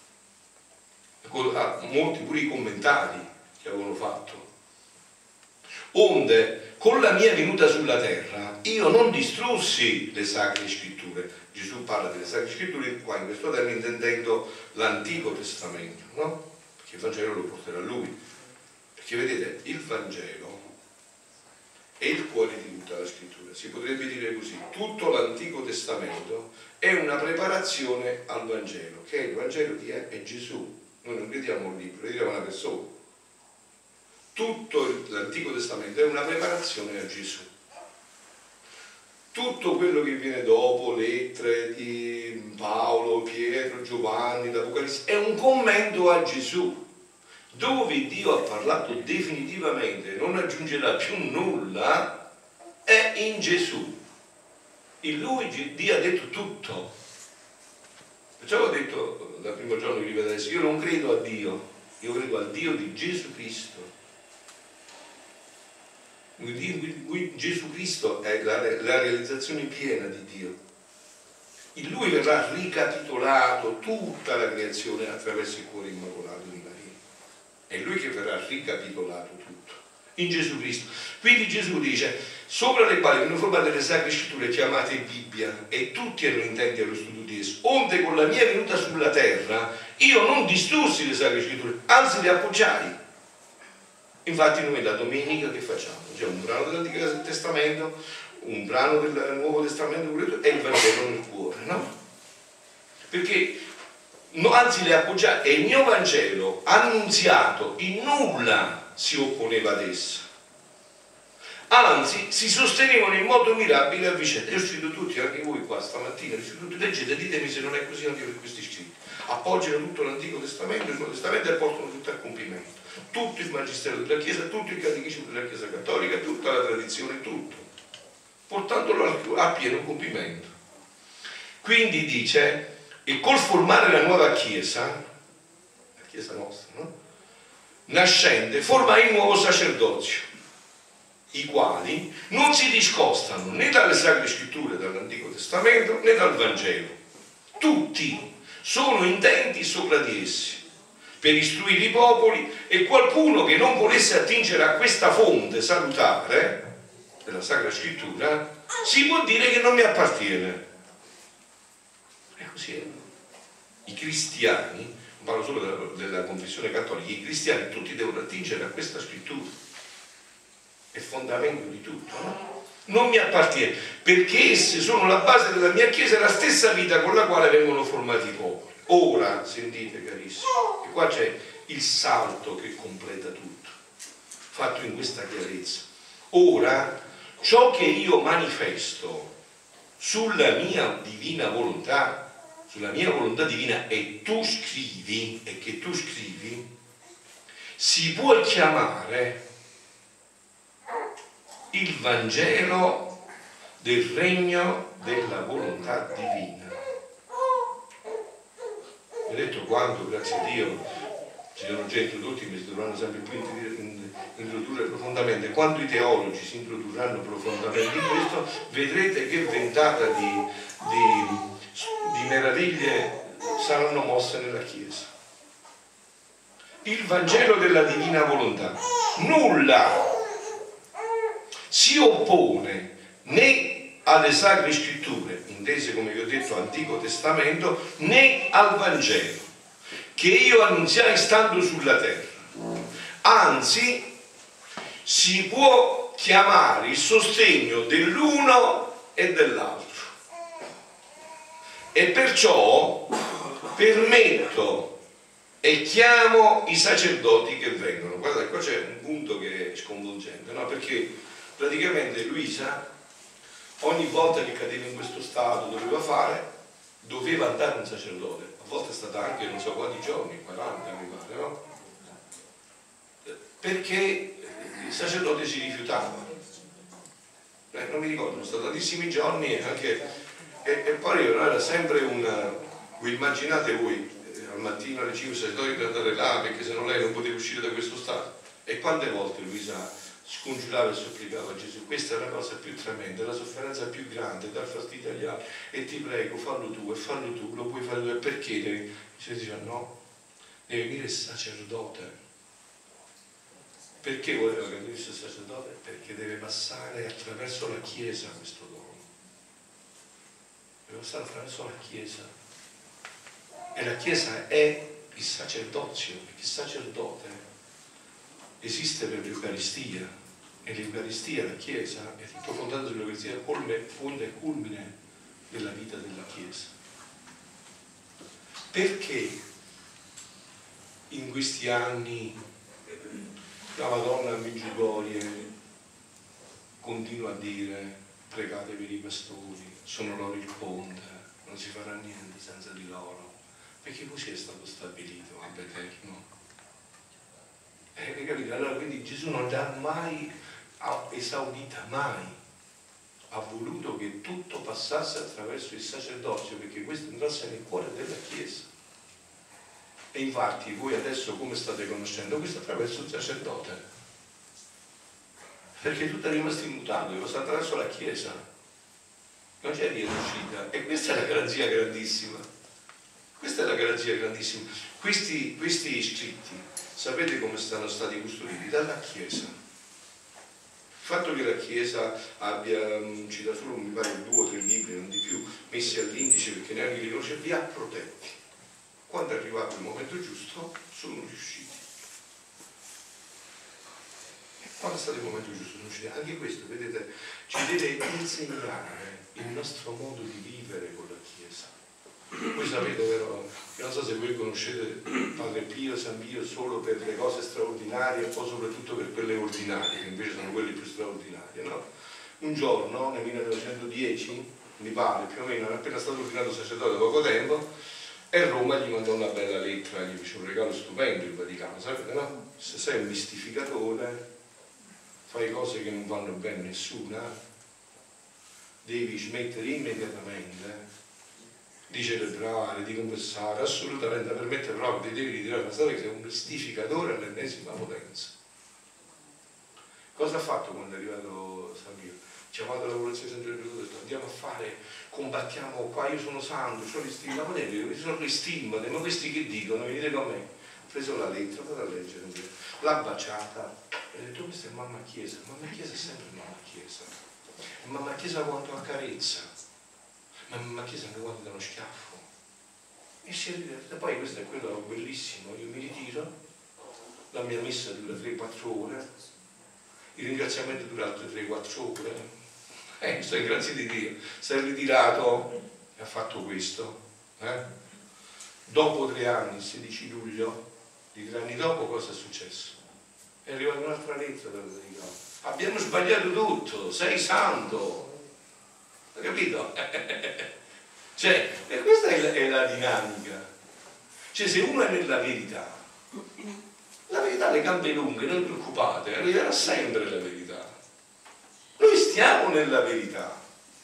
A: a molti pure i commentari che avevano fatto. Onde, con la mia venuta sulla terra, io non distrussi le Sacre Scritture. Gesù parla delle Sacre Scritture qua in questo termine intendendo l'Antico Testamento, no? Perché il Vangelo lo porterà lui. Perché vedete, il Vangelo è il cuore di tutta la Scrittura. Si potrebbe dire così: tutto l'Antico Testamento è una preparazione al Vangelo, che è il Vangelo di è, è Gesù. Noi non crediamo a un libro, crediamo a una persona. Tutto l'Antico Testamento è una preparazione a Gesù. Tutto quello che viene dopo, lettere di Paolo, Pietro, Giovanni, l'Apocalisse, è un commento a Gesù, dove Dio ha parlato definitivamente, non aggiungerà più nulla, è in Gesù. In Lui Dio ha detto tutto. Perciò ho detto dal primo giorno che li vedessi, io non credo a Dio, io credo al Dio di Gesù Cristo. Un Dio in cui Gesù Cristo è la, la realizzazione piena di Dio. In Lui verrà ricapitolato tutta la creazione attraverso il cuore immacolato di Maria. È Lui che verrà ricapitolato tutto. In Gesù Cristo. Quindi Gesù dice, sopra le quali vengono formate le sacre scritture chiamate Bibbia, e tutti erano intenti allo studio di esso, onde con la mia venuta sulla terra io non distorsi le sacre scritture, anzi le appoggiai. Infatti noi la domenica che facciamo? C'è un brano dell'Antico Testamento, un brano del Nuovo Testamento e il Vangelo nel cuore, no? Perché no, anzi le appoggiai, e il mio Vangelo annunziato in nulla si opponeva ad essa, anzi si sostenevano in modo mirabile a vicenda. Io ho scritto tutti, anche voi qua stamattina, ho scritto tutti, leggete, ditemi se non è così anche per questi scritti. Appoggiano tutto l'Antico Testamento, il Nuovo Testamento e portano tutto a compimento. Tutto il Magistero della Chiesa, tutto il Catechismo della Chiesa Cattolica, tutta la tradizione, tutto, portandolo a pieno compimento. Quindi dice, e col formare la nuova Chiesa, la Chiesa nostra, no? Nascente, forma il nuovo sacerdozio, i quali non si discostano né dalle Sacre Scritture, dall'Antico Testamento, né dal Vangelo. Tutti sono intenti sopra di essi, per istruire i popoli, e qualcuno che non volesse attingere a questa fonte salutare della Sacra Scrittura si può dire che non mi appartiene. È così. I cristiani, non parlo solo della, della confessione cattolica, i cristiani tutti devono attingere a questa scrittura. È fondamento di tutto, no? Non mi appartiene, perché esse sono la base della mia Chiesa e la stessa vita con la quale vengono formati i popoli. Ora, sentite carissimi, e qua c'è il salto che completa tutto, fatto in questa chiarezza. Ora, ciò che io manifesto sulla mia divina volontà, sulla mia volontà divina, e tu scrivi, e che tu scrivi, si può chiamare il Vangelo del regno della volontà divina. Mi ha detto quando, grazie a Dio, ci sono già introdotti, mi si dovranno sempre più introdurre profondamente. Quando i teologi si introdurranno profondamente in questo, vedrete che ventata di, di, di meraviglie saranno mosse nella Chiesa. Il Vangelo della divina volontà. Nulla si oppone né alle Sacre Scritture, intese come vi ho detto Antico Testamento, né al Vangelo che io annunziai stando sulla terra. Anzi, si può chiamare il sostegno dell'uno e dell'altro, e perciò permetto e chiamo i sacerdoti che vengono. Guardate, qua c'è un punto che è sconvolgente, no? Perché praticamente Luisa, ogni volta che cadeva in questo stato, doveva fare, doveva andare un sacerdote. A volte è stata anche non so quanti giorni, quaranta mi pare, no? Perché il sacerdote si rifiutava. Eh, non mi ricordo, sono stati tantissimi giorni e anche e, e poi era sempre un, voi immaginate voi eh, al mattino alle cinque il sacerdote di andare là, perché se no lei non poteva uscire da questo stato. E quante volte Luisa scongiurava e supplicava a Gesù: questa è la cosa più tremenda, la sofferenza più grande, dar fastidio agli altri, e ti prego fallo tu, e fallo tu, lo puoi fare tu. E perché devi? Gesù diceva no, deve venire il sacerdote. Perché voleva che venisse il sacerdote? Perché deve passare attraverso la Chiesa questo dono, deve passare attraverso la Chiesa, e la Chiesa è il sacerdozio, perché il sacerdote esiste per l'Eucaristia, e l'Eucaristia, la Chiesa, è tutto fondato sull'Eucaristia, fonda e culmine della vita della Chiesa. Perché in questi anni la Madonna a Medjugorje continua a dire: pregate per i pastori, sono loro il ponte, non si farà niente senza di loro, perché così è stato stabilito ab eterno. Eh, capite? Allora, quindi Gesù non l'ha mai esaudita, mai. Ha voluto che tutto passasse attraverso il sacerdozio, perché questo entrasse nel cuore della Chiesa. E infatti voi adesso come state conoscendo questo? Attraverso il sacerdote, perché tutto è rimasto immutato, è passato attraverso la Chiesa, non c'è via d'uscita. E questa è la garanzia grandissima, questa è la garanzia grandissima. Questi, questi scritti, sapete come sono stati custoditi? Dalla Chiesa. Il fatto che la Chiesa abbia, ci dà solo mi pare due o tre libri, non di più, messi all'indice perché neanche li conosce, li ha protetti. Quando è arrivato il momento giusto sono riusciti. Quando è stato il momento giusto sono riusciti. Anche questo, vedete, ci deve insegnare il nostro modo di vivere con la Chiesa. Voi sapete, vero? Io non so se voi conoscete Padre Pio, San Pio solo per le cose straordinarie o soprattutto per quelle ordinarie, che invece sono quelle più straordinarie, no? Un giorno, nel millenovecentodieci, mi pare, più o meno, era appena stato ordinato sacerdote da poco tempo, e Roma gli mandò una bella lettera, gli fece un regalo stupendo il Vaticano, sapete, no? Se sei un mistificatore, fai cose che non vanno bene a nessuna, devi smettere immediatamente di celebrare, di confessare, assolutamente, per mettere proprio, ti devi ritirare la storia che sei un mistificatore all'ennesima potenza. Cosa ha fatto quando è arrivato San Pio? Ci ha fatto la popolazione di San Giorgio, ha detto andiamo a fare, combattiamo qua, io sono santo, ho le stimmate, ma potete, sono le stimmate, ma questi che dicono, venite con me. Ha preso la lettera, vado a leggere, l'ha baciata e ha detto questa è mamma Chiesa, mamma Chiesa è sempre mamma Chiesa, mamma Chiesa quanto accarezza, ma mamma Chiesa anche quando dà uno schiaffo. E si è ridetta, poi questo è quello bellissimo, io mi ritiro, la mia messa dura tre quattro ore, il ringraziamento dura altre tre quattro ore, eh, sto in grazia di Dio, si è ritirato e ha fatto questo. Eh? Dopo tre anni, il sedici luglio, di tre anni dopo, cosa è successo? È arrivata un'altra lettera dal Vaticano. Abbiamo sbagliato tutto, sei santo. Hai capito? Cioè, e questa è la, è la dinamica. Cioè, se uno è nella verità, la verità ha le gambe lunghe, non preoccupate, arriverà sempre la verità. Noi stiamo nella verità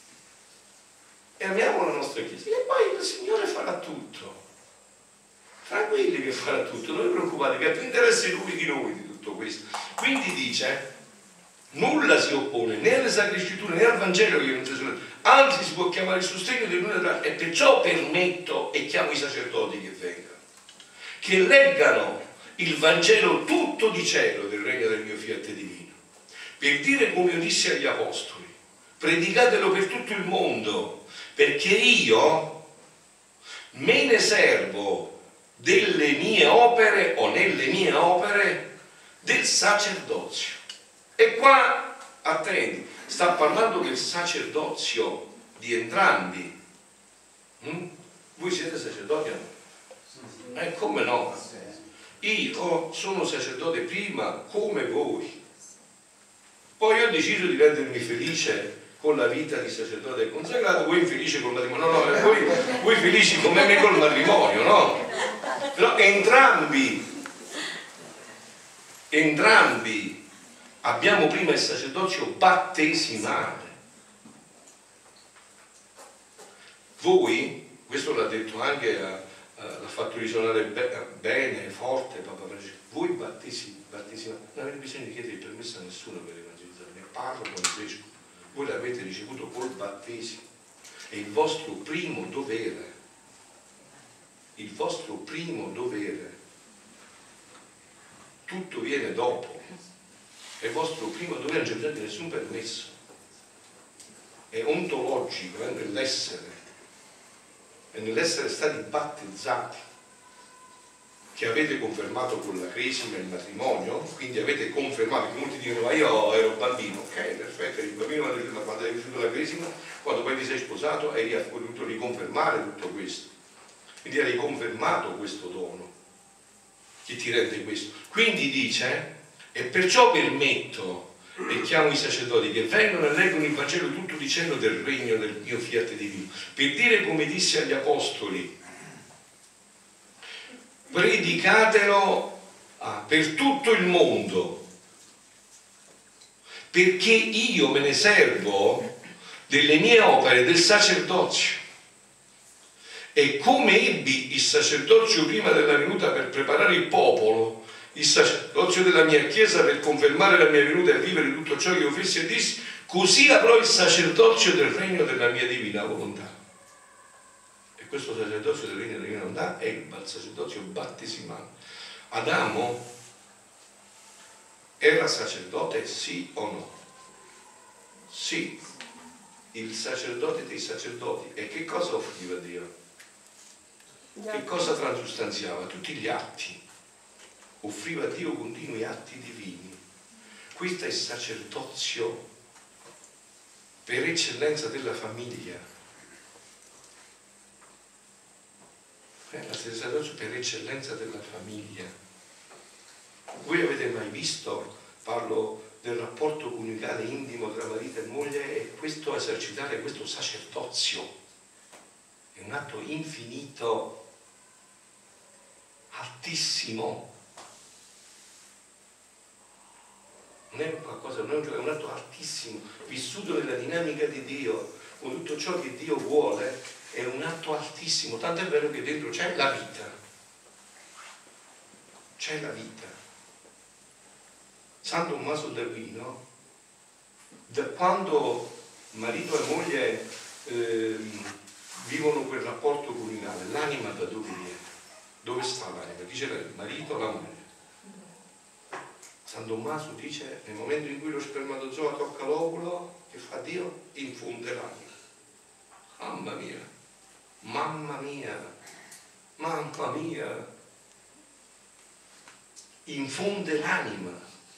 A: e amiamo la nostra Chiesa e poi il Signore farà tutto. Tranquilli che farà tutto, non vi preoccupate, che ha più interesse Lui di noi di tutto questo. Quindi dice, nulla si oppone né alle Sacre Scritture né al Vangelo che non si sono, anzi si può chiamare il sostegno dell'una e perciò permetto e chiamo i sacerdoti che vengano, che leggano il Vangelo tutto di cielo del regno del mio fiat divino, per dire come io dissi agli apostoli, predicatelo per tutto il mondo, perché io me ne servo delle mie opere o nelle mie opere del sacerdozio. E qua, attenti, sta parlando del sacerdozio di entrambi. Mm? Voi siete sacerdoti? Eh, come no? Io sono sacerdote prima come voi. Poi ho deciso di rendermi felice con la vita di sacerdote consacrato, voi infelici col matrimonio, no, no, voi, voi felici come me col matrimonio, no? Però entrambi, entrambi abbiamo prima il sacerdozio battesimale. Voi, questo l'ha detto anche, a, a, l'ha fatto risuonare be, bene, forte Papa Francesco, voi battesi, battesimale, non avete bisogno di chiedere il permesso a nessuno per evangelizzare, ne parlo con il vescovo. Voi l'avete ricevuto col battesimo, è il vostro primo dovere, il vostro primo dovere, tutto viene dopo, è il vostro primo dovere, non c'è bisogno di nessun permesso, è ontologico, è nell'essere, è nell'essere stati battezzati, che avete confermato con la cresima e il matrimonio, quindi avete confermato, che molti dicono ma io ero bambino, ok, perfetto, eri bambino, ma quando hai ricevuto la cresima, quando poi ti sei sposato hai voluto riconfermare tutto questo, quindi hai riconfermato questo dono che ti rende questo. Quindi dice, e perciò permetto e chiamo i sacerdoti che vengono e leggono il Vangelo tutto di cielo del regno del mio fiat divino, per dire come disse agli apostoli, predicatelo ah, per tutto il mondo, perché io me ne servo delle mie opere del sacerdozio E come ebbi il sacerdozio prima della venuta per preparare il popolo, il sacerdozio della mia chiesa per confermare la mia venuta e vivere tutto ciò che io fessi e dissi, così avrò il sacerdozio del regno della mia divina volontà. E questo sacerdozio del regno della divina volontà è il sacerdozio battesimale. Adamo era sacerdote, sì o no? Sì, il sacerdote dei sacerdoti. E che cosa offriva a Dio? Che cosa transustanziava? Tutti gli atti. Offriva a Dio continui atti divini. Questo è il sacerdozio per eccellenza della famiglia. È il sacerdozio per eccellenza della famiglia. Voi avete mai visto, parlo del rapporto coniugale intimo tra marito e moglie, e questo esercitare questo sacerdozio è un atto infinito, altissimo. Non è qualcosa, non è un atto altissimo, vissuto nella dinamica di Dio, con tutto ciò che Dio vuole, è un atto altissimo, tanto è vero che dentro c'è la vita. C'è la vita. San Tommaso d'Aquino, da quando marito e moglie eh, vivono quel rapporto coniugale, l'anima da dove viene? Dove sta l'anima? Dice il marito, la moglie. San Tommaso dice, nel momento in cui lo spermatozoo tocca l'ovulo, che fa Dio? Infonde l'anima. Mamma mia, mamma mia, mamma mia. Infonde l'anima.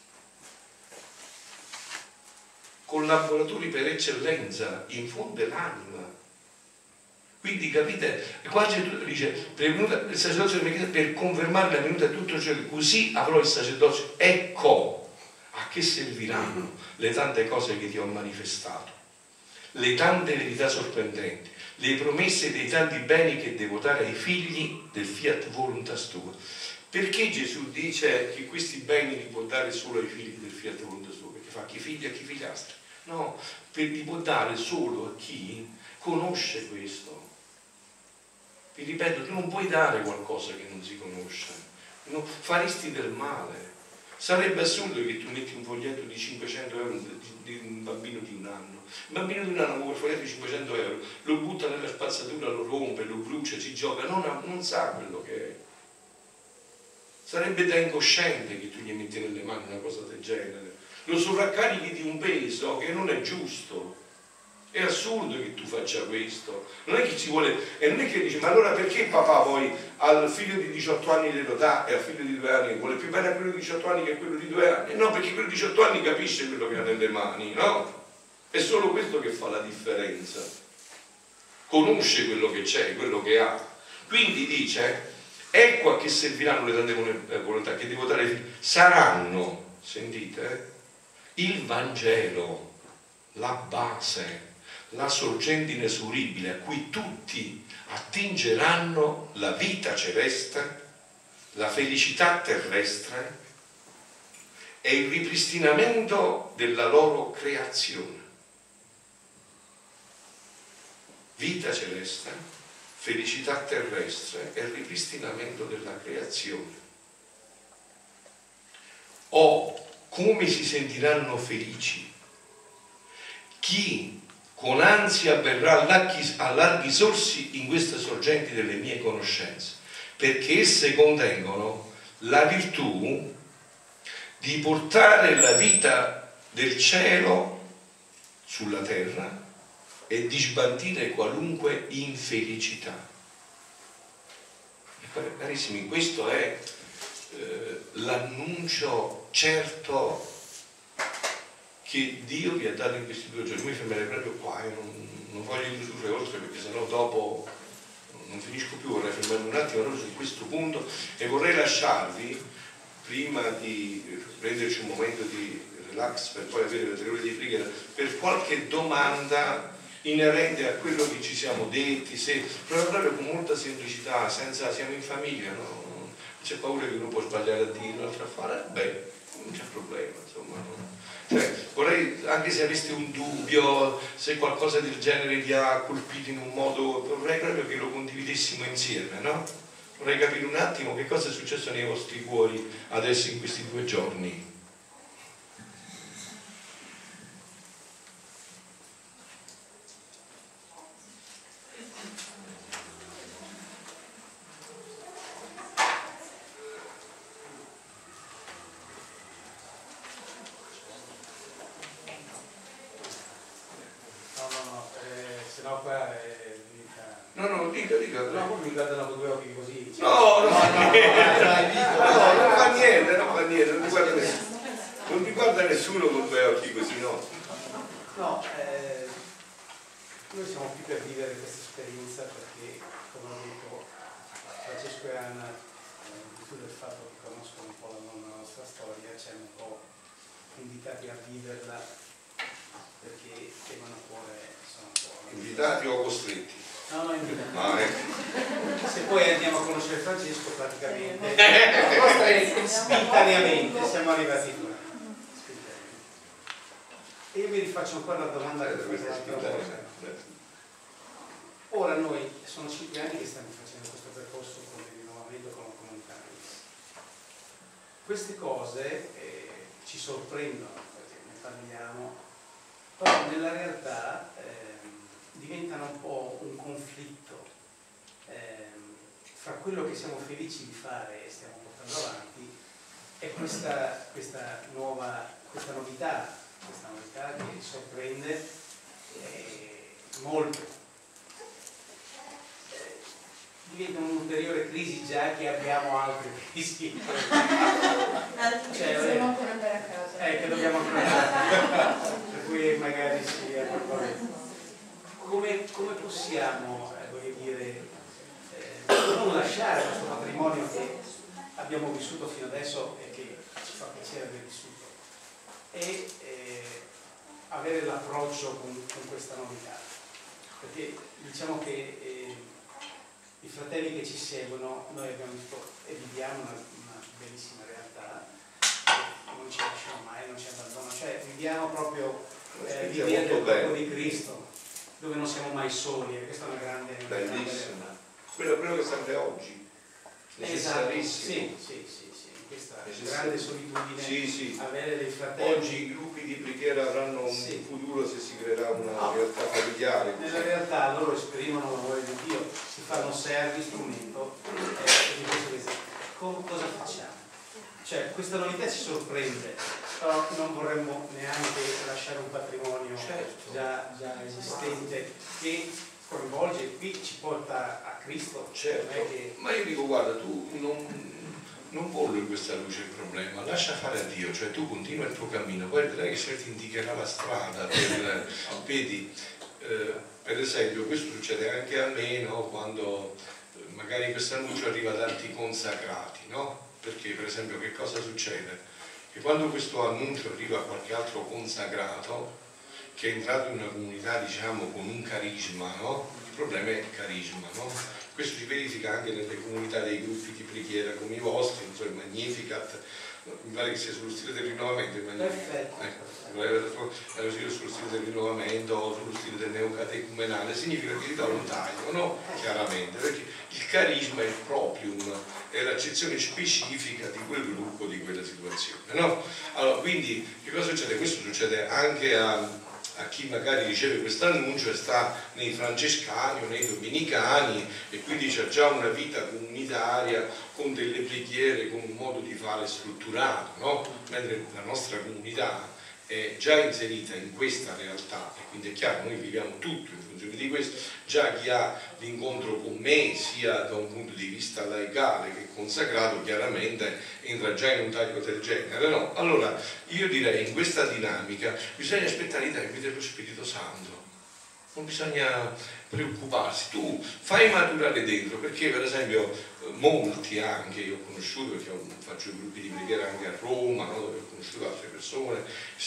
A: Collaboratori per eccellenza, infonde l'anima. Quindi capite, qua Gesù dice, per il sacerdozio della mia chiesa, per confermare la venuta di tutto ciò, così avrò il sacerdozio. Ecco a che serviranno le tante cose che ti ho manifestato, le tante verità sorprendenti, le promesse dei tanti beni che devo dare ai figli del fiat voluntas tua. Perché Gesù dice che questi beni li può dare solo ai figli del fiat voluntas tua? Perché fa chi figli a chi figliastri? No, per li può dare solo a chi conosce questo. Vi ripeto, tu non puoi dare qualcosa che non si conosce, no, faresti del male. Sarebbe assurdo che tu metti un foglietto di cinquecento euro di, di un bambino di un anno. Un bambino di un anno con quel foglietto di cinquecento euro lo butta nella spazzatura, lo rompe, lo brucia, ci gioca, non, non sa quello che è. Sarebbe da incosciente che tu gli metti nelle mani una cosa del genere. Lo sovraccarichi di un peso che non è giusto. È assurdo che tu faccia questo. Non è che ci vuole, e non è che dici, ma allora perché papà poi al figlio di diciotto anni glielo dà e al figlio di due anni vuole più bene a quello di diciotto anni che a quello di due anni? No, perché quello di diciotto anni capisce quello che ha nelle mani, no? È solo questo che fa la differenza. Conosce quello che c'è, quello che ha. Quindi dice, ecco a che serviranno le tante volontà che devo dare ai figli. Saranno, sentite, il Vangelo, la base, la sorgente inesauribile a cui tutti attingeranno la vita celeste, la felicità terrestre e il ripristinamento della loro creazione. Vita celeste, felicità terrestre e ripristinamento della creazione. O come si sentiranno felici chi con ansia avverrà a larghi sorsi in queste sorgenti delle mie conoscenze, perché esse contengono la virtù di portare la vita del cielo sulla terra e di sbandire qualunque infelicità. E carissimi, questo è eh, l'annuncio certo che Dio vi ha dato in questi due giorni. Mi fermerei proprio qua e non, non voglio introdurre oltre, perché sennò dopo non finisco più. Vorrei fermarmi un attimo proprio su questo punto e vorrei lasciarvi, prima di prenderci un momento di relax per poi avere le tre ore di preghiera, per qualche domanda inerente a quello che ci siamo detti, se proprio con molta semplicità, senza, siamo in famiglia, no? C'è paura che uno può sbagliare a dire, l'altro a fare, beh, non c'è problema, insomma, no? Cioè, vorrei anche se aveste un dubbio, se qualcosa del genere vi ha colpito in un modo, vorrei proprio che lo condividessimo insieme, no? Vorrei capire un attimo che cosa è successo nei vostri cuori adesso in questi due giorni. No, non fa niente, no, non fa niente, non fa niente, non riguarda nessuno, non riguarda nessuno con due occhi così, no?
C: No, eh, noi siamo qui per vivere questa esperienza perché, come ho detto, Francesco e Anna, in virtù del fatto che conoscono un po' la nostra storia, ci hanno un po' invitati a viverla perché temono a cuore, sono un po'...
A: Invitati o costretti?
C: No, no, invitati.
A: Ah, ecco.
C: Se poi andiamo a conoscere Francesco praticamente, spontaneamente siamo arrivati qua. E io vi rifaccio ancora la domanda che fate l'altra volta. Ora noi, sono cinque anni che stiamo facendo questo percorso con il rinnovamento con la comunità. Queste cose eh, ci sorprendono perché ne parliamo, però nella realtà eh, diventano un po' un conflitto eh, fra quello che siamo felici di fare e stiamo portando avanti e questa, questa nuova, questa novità, questa novità che sorprende eh, molto. Eh, diventa un'ulteriore crisi già che abbiamo altre crisi. Cioè,
D: siamo ancora andare a casa.
C: Eh, che dobbiamo ancora andare. Per cui magari si è come, come possiamo, eh, voglio dire, eh, non lasciare questo patrimonio che abbiamo vissuto fino adesso e che ci fa piacere aver vissuto e eh, avere l'approccio con, con questa novità, perché diciamo che eh, i fratelli che ci seguono, noi abbiamo visto e viviamo una, una bellissima realtà, non ci lasciamo mai, non ci abbandonano, cioè viviamo proprio eh, vivendo il corpo di Cristo, dove non siamo mai soli, e questa è una grande, una grande realtà.
A: Quello, quello che serve oggi, necessarissimo.
C: Esatto, sì, sì, sì, sì, questa grande solitudine,
A: sì, sì.
C: avere dei fratelli.
A: Oggi i gruppi di preghiera avranno un sì. futuro se si creerà una no. realtà familiare.
C: Nella realtà loro esprimono la voglia di Dio, si fanno servi, strumento, eh, e di questo cosa facciamo? Cioè, questa novità ci sorprende, però non vorremmo neanche lasciare un patrimonio certo. già, già esistente che coinvolge, qui ci porta a Cristo.
A: Certo, non è che... ma io dico, guarda, tu non, non porlo in questa luce il problema, lascia fare a Dio, cioè tu continua il tuo cammino, poi vedrai che il Signore ti indicherà la strada, per, vedi, eh, per esempio, questo succede anche a me, no? Quando magari questo annuncio arriva ad altri consacrati, no? Perché per esempio che cosa succede? Che quando questo annuncio arriva a qualche altro consacrato che è entrato in una comunità diciamo con un carisma, no? Il problema è il carisma, no? Questo si verifica anche nelle comunità dei gruppi di preghiera come i vostri, non so, il Magnificat, mi pare che sia sullo stile del rinnovamento, il Magnificat, ecco, sullo stile del rinnovamento, sullo stile del neocatecumenale, significa che ti dà un taglio, no? Chiaramente, perché il carisma è il proprium, è l'accezione specifica di quel gruppo, di quella situazione, no? Allora, quindi, che cosa succede? Questo succede anche a, a chi magari riceve questo annuncio e sta nei francescani o nei dominicani e quindi c'è già una vita comunitaria con delle preghiere, con un modo di fare strutturato, no? Mentre la nostra comunità è già inserita in questa realtà e quindi è chiaro, noi viviamo tutto in funzione di questo, già chi ha l'incontro con me sia da un punto di vista laicale che consacrato chiaramente entra già in un taglio del genere, no? Allora io direi in questa dinamica bisogna aspettare i tempi dello Spirito Santo, non bisogna preoccuparsi, tu fai maturare dentro, perché per esempio molti anche, io ho conosciuto, perché faccio i gruppi di preghiera anche a Roma, no, dove ho conosciuto altre persone,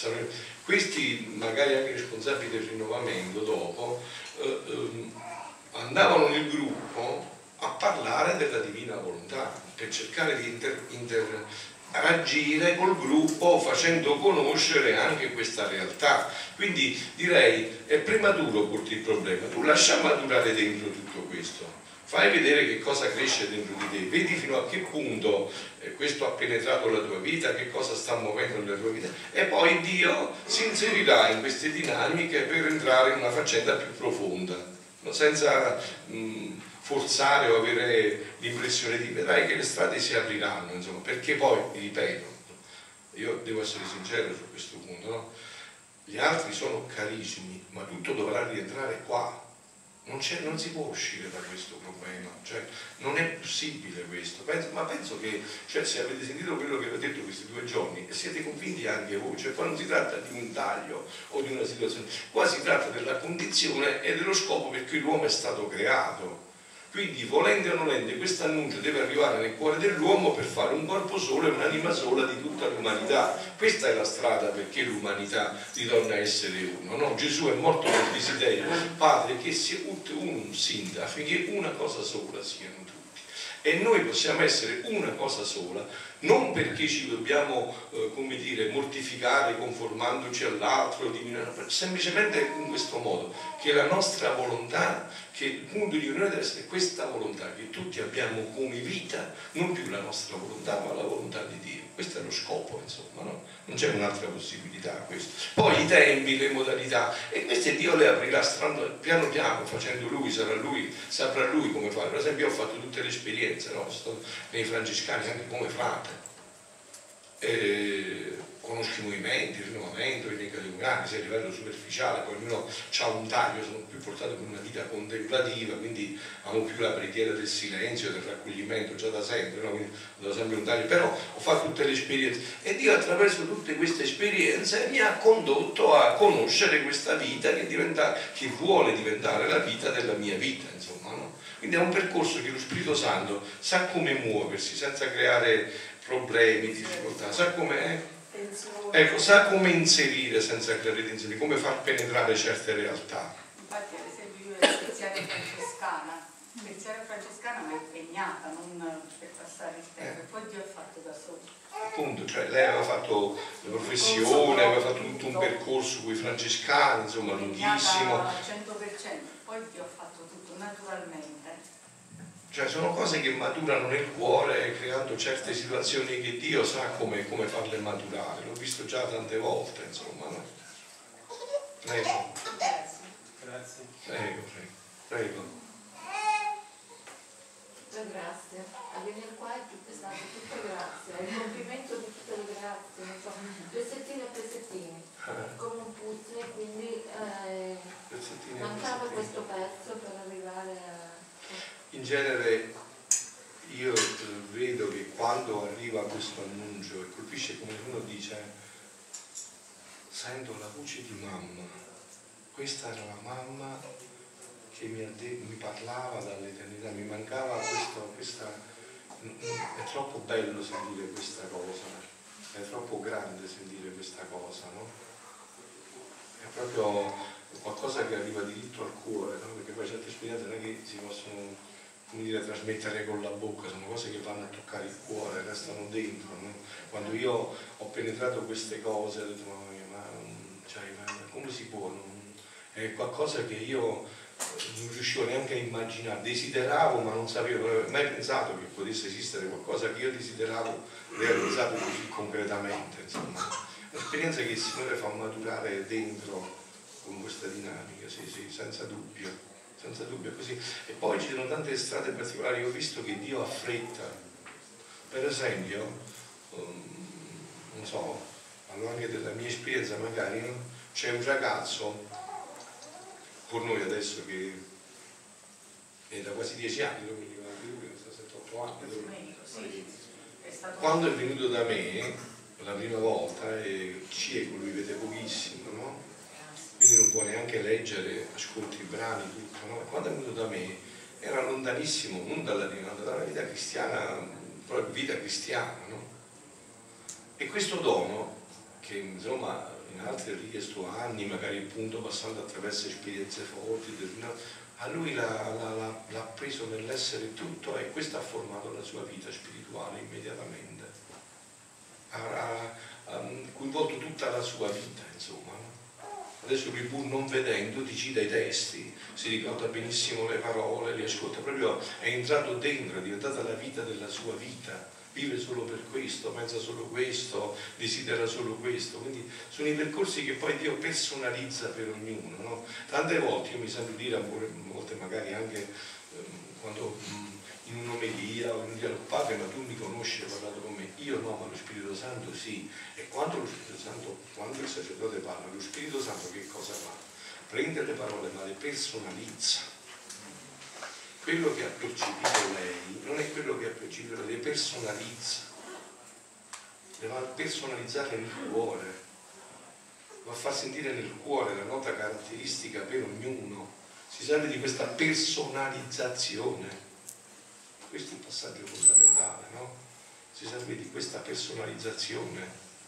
A: questi magari anche responsabili del rinnovamento dopo eh, eh, andavano nel gruppo a parlare della divina volontà per cercare di inter, inter, agire col gruppo facendo conoscere anche questa realtà. Quindi direi è prematuro porti il problema, tu lascia maturare dentro tutto questo, fai vedere che cosa cresce dentro di te, vedi fino a che punto eh, questo ha penetrato la tua vita, che cosa sta muovendo nella tua vita, e poi Dio si inserirà in queste dinamiche per entrare in una faccenda più profonda, no? Senza mh, forzare o avere l'impressione di vedrai che le strade si apriranno, insomma, perché poi, mi ripeto, io devo essere sincero su questo punto, no? Gli altri sono carissimi, ma tutto dovrà rientrare qua. Non, non si può uscire da questo problema, cioè non è possibile questo. Penso, ma penso che, cioè, se avete sentito quello che vi ho detto questi due giorni e siete convinti anche voi, cioè qua non si tratta di un taglio o di una situazione, qua si tratta della condizione e dello scopo per cui l'uomo è stato creato. Quindi, volendo o nolente, questo annuncio deve arrivare nel cuore dell'uomo per fare un corpo solo e un'anima sola di tutta l'umanità. Questa è la strada perché l'umanità ritorna a essere uno, no? Gesù è morto per desiderio, Padre, che sia ut unum sint, affinché una cosa sola siano tutti. E noi possiamo essere una cosa sola, non perché ci dobbiamo, eh, come dire, mortificare conformandoci all'altro, semplicemente in questo modo, che la nostra volontà, che il punto di unione deve essere questa volontà, che tutti abbiamo come vita, non più la nostra volontà, ma la volontà di Dio. Questo è lo scopo, insomma, no? Non c'è un'altra possibilità a questo. Poi i tempi, le modalità, e queste Dio le aprirà piano piano, facendo Lui, sarà Lui, saprà Lui come fare. Per esempio io ho fatto tutte le esperienze, no? Sto nei francescani anche come frate. E conosco i movimenti, il rinnovamento, i necateumani, sia a livello superficiale, poi ognuno ha un taglio, sono più portato per una vita contemplativa, quindi amo più la preghiera del silenzio, del raccoglimento, già da sempre, no? Quindi ho dato sempre un taglio, però ho fatto tutte le esperienze e Dio attraverso tutte queste esperienze mi ha condotto a conoscere questa vita che, diventa, che vuole diventare la vita della mia vita, insomma, no? Quindi è un percorso che lo Spirito Santo sa come muoversi senza creare problemi, difficoltà, sa come è? Ecco, sa come inserire senza creare tensioni, come far penetrare certe realtà.
D: Infatti, ad esempio, io ero speziale francescana, speziale francescana mi ha impegnata, non per passare il tempo, e poi Dio ha fatto da solo.
A: Appunto, cioè lei aveva fatto la professione, aveva fatto tutto un percorso con i francescani, insomma, lunghissimo.
D: Al cento per cento, poi Dio ha fatto tutto naturalmente.
A: Cioè sono cose che maturano nel cuore creando certe situazioni che Dio sa come, come farle maturare. L'ho visto già tante volte, insomma, no? Prego.
D: Grazie.
C: Grazie.
A: Prego, prego. Prego.
E: Grazie. A venire qua è tutto stato tutto grazie, è il compimento di tutte le grazie, non so, pezzettini e pezzettini, come un puzzle, quindi eh, mancava questo pezzo per arrivare a...
A: In genere io vedo che quando arriva questo annuncio e colpisce, come uno dice, sento la voce di mamma, questa era la mamma che mi, mi parlava dall'eternità, mi mancava questo, questa, è troppo bello sentire questa cosa, è troppo grande sentire questa cosa, no? È proprio qualcosa che arriva diritto al cuore, no? Perché poi certe esperienze non è che si possono, come dire, trasmettere con la bocca, sono cose che vanno a toccare il cuore, restano dentro, no? Quando io ho penetrato queste cose ho detto ma, ma, cioè, ma come si può? Non, è qualcosa che io non riuscivo neanche a immaginare, desideravo ma non sapevo, non avevo mai pensato che potesse esistere qualcosa che io desideravo realizzato così concretamente, insomma. Un'esperienza che il Signore fa maturare dentro con questa dinamica, sì, sì, senza dubbio. Senza dubbio è così. E poi ci sono tante strade particolari, io ho visto che Dio ha fretta. Per esempio, um, non so, parlo anche della mia esperienza magari, no? C'è un ragazzo, con noi adesso che è da quasi dieci anni, dove mi ricordo di lui, sette otto anni, dove... quando è venuto da me la prima volta, è cieco, lui vede pochissimo, no? Quindi non può neanche leggere, ascolti i brani, tutto, no? Quando è venuto da me era lontanissimo, non dalla, dalla vita cristiana, proprio vita cristiana, no? E questo dono, che insomma in altri ha richiesto anni, magari appunto passando attraverso esperienze forti, a lui l'ha preso nell'essere tutto e questo ha formato la sua vita spirituale immediatamente. ha, ha coinvolto tutta la sua vita, insomma. Adesso lui, pur non vedendo, ti cita i testi, si ricorda benissimo le parole, li ascolta, proprio è entrato dentro, è diventata la vita della sua vita, vive solo per questo, pensa solo questo, desidera solo questo. Quindi sono i percorsi che poi Dio personalizza per ognuno, no? Tante volte io mi sento dire, a volte magari anche eh, quando mh, in un'omelia o in un dialogo, Padre, ma tu mi conosci, hai parlato con me, io no, ma lo Spirito Santo sì. E quando lo Spirito Santo, quando il sacerdote parla, lo Spirito Santo che cosa fa? Prende le parole ma le personalizza. Quello che ha percepito lei non è quello che ha percepito, le personalizza, le va a personalizzare nel cuore, va a far sentire nel cuore la nota caratteristica per ognuno. Si serve di questa personalizzazione. Questo è un passaggio fondamentale, no? Si serve di questa personalizzazione.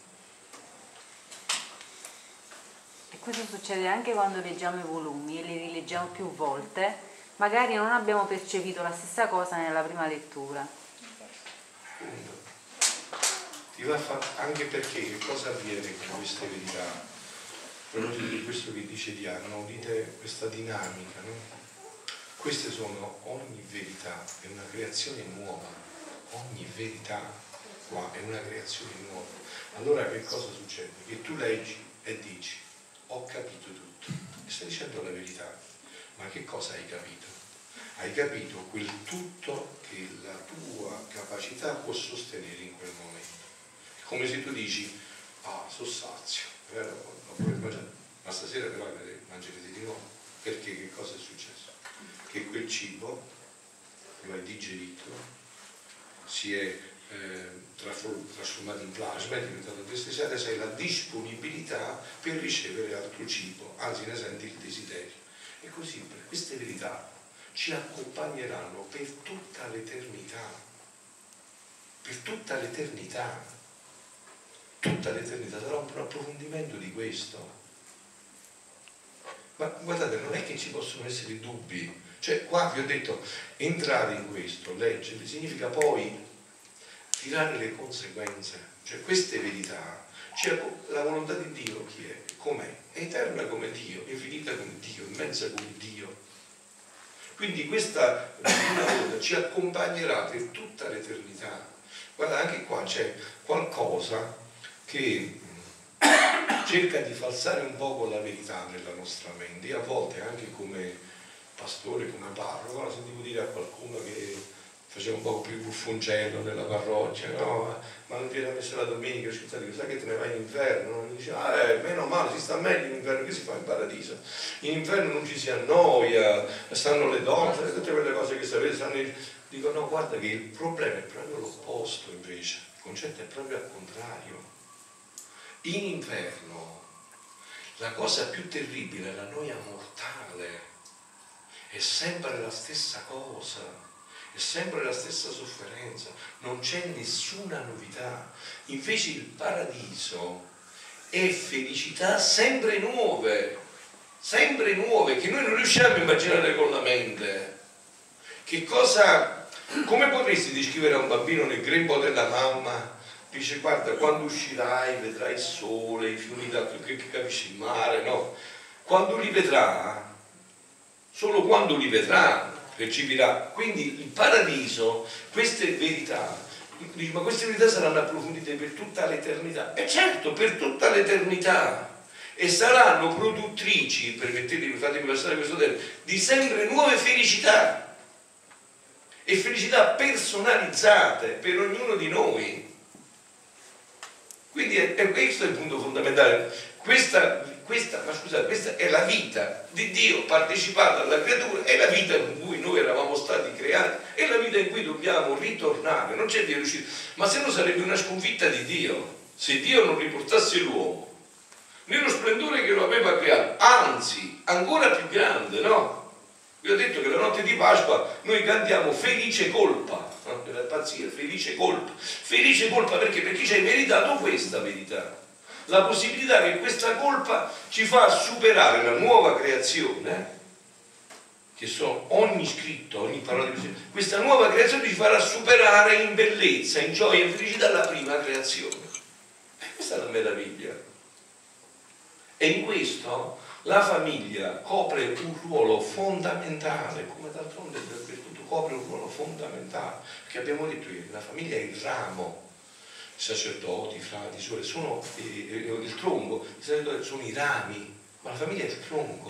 B: E questo succede anche quando leggiamo i volumi e li rileggiamo più volte, magari non abbiamo percepito la stessa cosa nella prima lettura.
A: Appunto. Ti va a far... Anche perché che cosa avviene con queste verità? A proposito di questo che dice Diana, udite questa dinamica, no? Queste sono ogni verità, è una creazione nuova, ogni verità qua è una creazione nuova. Allora che cosa succede? Che tu leggi e dici, ho capito tutto, e stai dicendo la verità, ma che cosa hai capito? Hai capito quel tutto che la tua capacità può sostenere in quel momento. È come se tu dici, ah, sono sazio, ma stasera però mangerete di nuovo, perché che cosa è successo? Che quel cibo lo hai digerito, si è eh, trasformato in plasma, è diventato anestesiato, sei la disponibilità per ricevere altro cibo, anzi ne senti il desiderio. E così per queste verità ci accompagneranno per tutta l'eternità, per tutta l'eternità, tutta l'eternità, sarà un approfondimento di questo. Ma guardate, non è che ci possono essere dubbi. Cioè, qua vi ho detto, entrare in questo, leggere, significa poi tirare le conseguenze. Cioè, queste verità, cioè, la volontà di Dio chi è? Com'è? È eterna come Dio, infinita come Dio, immensa come Dio. Quindi questa volontà ci accompagnerà per tutta l'eternità. Guarda, anche qua c'è qualcosa che cerca di falsare un poco la verità nella nostra mente. E a volte anche come pastore, come parroco, sentivo dire a qualcuno che faceva un po' più buffoncello nella parrocchia, no? Ma non viene a messa la domenica, scusate, sai che te ne vai in inferno? Mi dice, ah, eh, meno male, si sta meglio in inverno, che si fa in paradiso? In inferno non ci si annoia, stanno le donne, tutte quelle cose che sapete, stanno in... Dico, no, guarda che il problema è proprio l'opposto invece, il concetto è proprio al contrario. In inferno la cosa più terribile è la noia mortale, è sempre la stessa cosa, è sempre la stessa sofferenza, non c'è nessuna novità. Invece il paradiso è felicità sempre nuove, sempre nuove, che noi non riusciamo a immaginare con la mente. Che cosa, come potresti descrivere a un bambino nel grembo della mamma? Dice, guarda, quando uscirai vedrai il sole, i fiumi d'acqua, che capisci il mare, no? Quando li vedrà, solo quando li vedrà percepirà. Quindi il paradiso, queste verità, dice, ma queste verità saranno approfondite per tutta l'eternità. E certo, per tutta l'eternità. E saranno produttrici, permettetemi, fatemi passare questo termine, di sempre nuove felicità. E felicità personalizzate per ognuno di noi. Quindi è, è questo il punto fondamentale. Questa, questa, ma scusate, questa è la vita di Dio partecipata alla creatura, è la vita con cui noi eravamo stati creati, è la vita in cui dobbiamo ritornare, non c'è via d'uscita. Ma se no sarebbe una sconfitta di Dio, se Dio non riportasse l'uomo nello splendore che lo aveva creato, anzi, ancora più grande, no? Vi ho detto che la notte di Pasqua noi cantiamo felice colpa, no? Nella pazzia, felice colpa. Felice colpa perché? Perché ci hai meritato questa verità. La possibilità che questa colpa ci fa superare la nuova creazione, che sono ogni scritto, ogni parola di Dio. Questa nuova creazione ci farà superare in bellezza, in gioia, in felicità la prima creazione. Questa è la meraviglia. E in questo la famiglia copre un ruolo fondamentale, come d'altronde per tutto copre un ruolo fondamentale, perché abbiamo detto che la famiglia è il ramo, i sacerdoti, i frati, i suore, sono eh, eh, il tronco, i sacerdoti sono i rami, ma la famiglia è il tronco.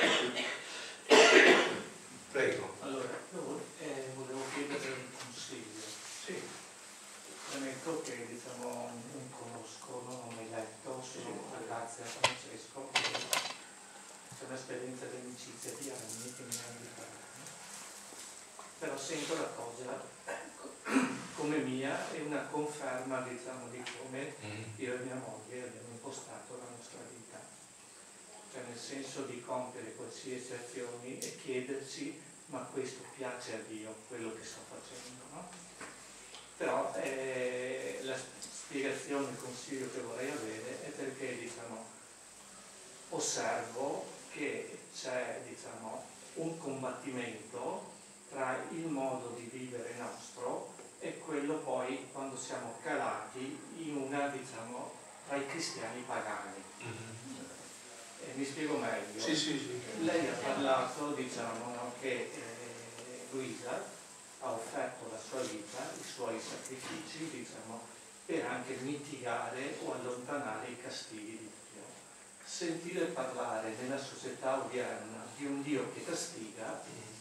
A: Prego.
C: Allora, io eh, volevo chiedere un consiglio.
A: Sì.
C: Premetto che diciamo non conosco, non ho mai letto, sono ragazzi a Francesco, c'è un'esperienza di amicizia di anni che mi hanno parlato. Però sento la cosa come mia e una conferma, diciamo, di come io e mia moglie abbiamo impostato la nostra vita. Cioè nel senso di compiere qualsiasi azioni e chiedersi ma questo piace a Dio, quello che sto facendo, no? Però eh, la spiegazione, il consiglio che vorrei avere è perché, diciamo, osservo che c'è, diciamo, un combattimento tra il modo di vivere nostro e quello poi quando siamo calati in una, diciamo, tra i cristiani pagani. Mm-hmm. E mi spiego meglio.
A: Sì, sì, sì.
C: Lei ha parlato, diciamo, no, che eh, Luisa ha offerto la sua vita, i suoi sacrifici, diciamo, per anche mitigare o allontanare i castighi di Dio. Sentire parlare nella società odierna di un Dio che castiga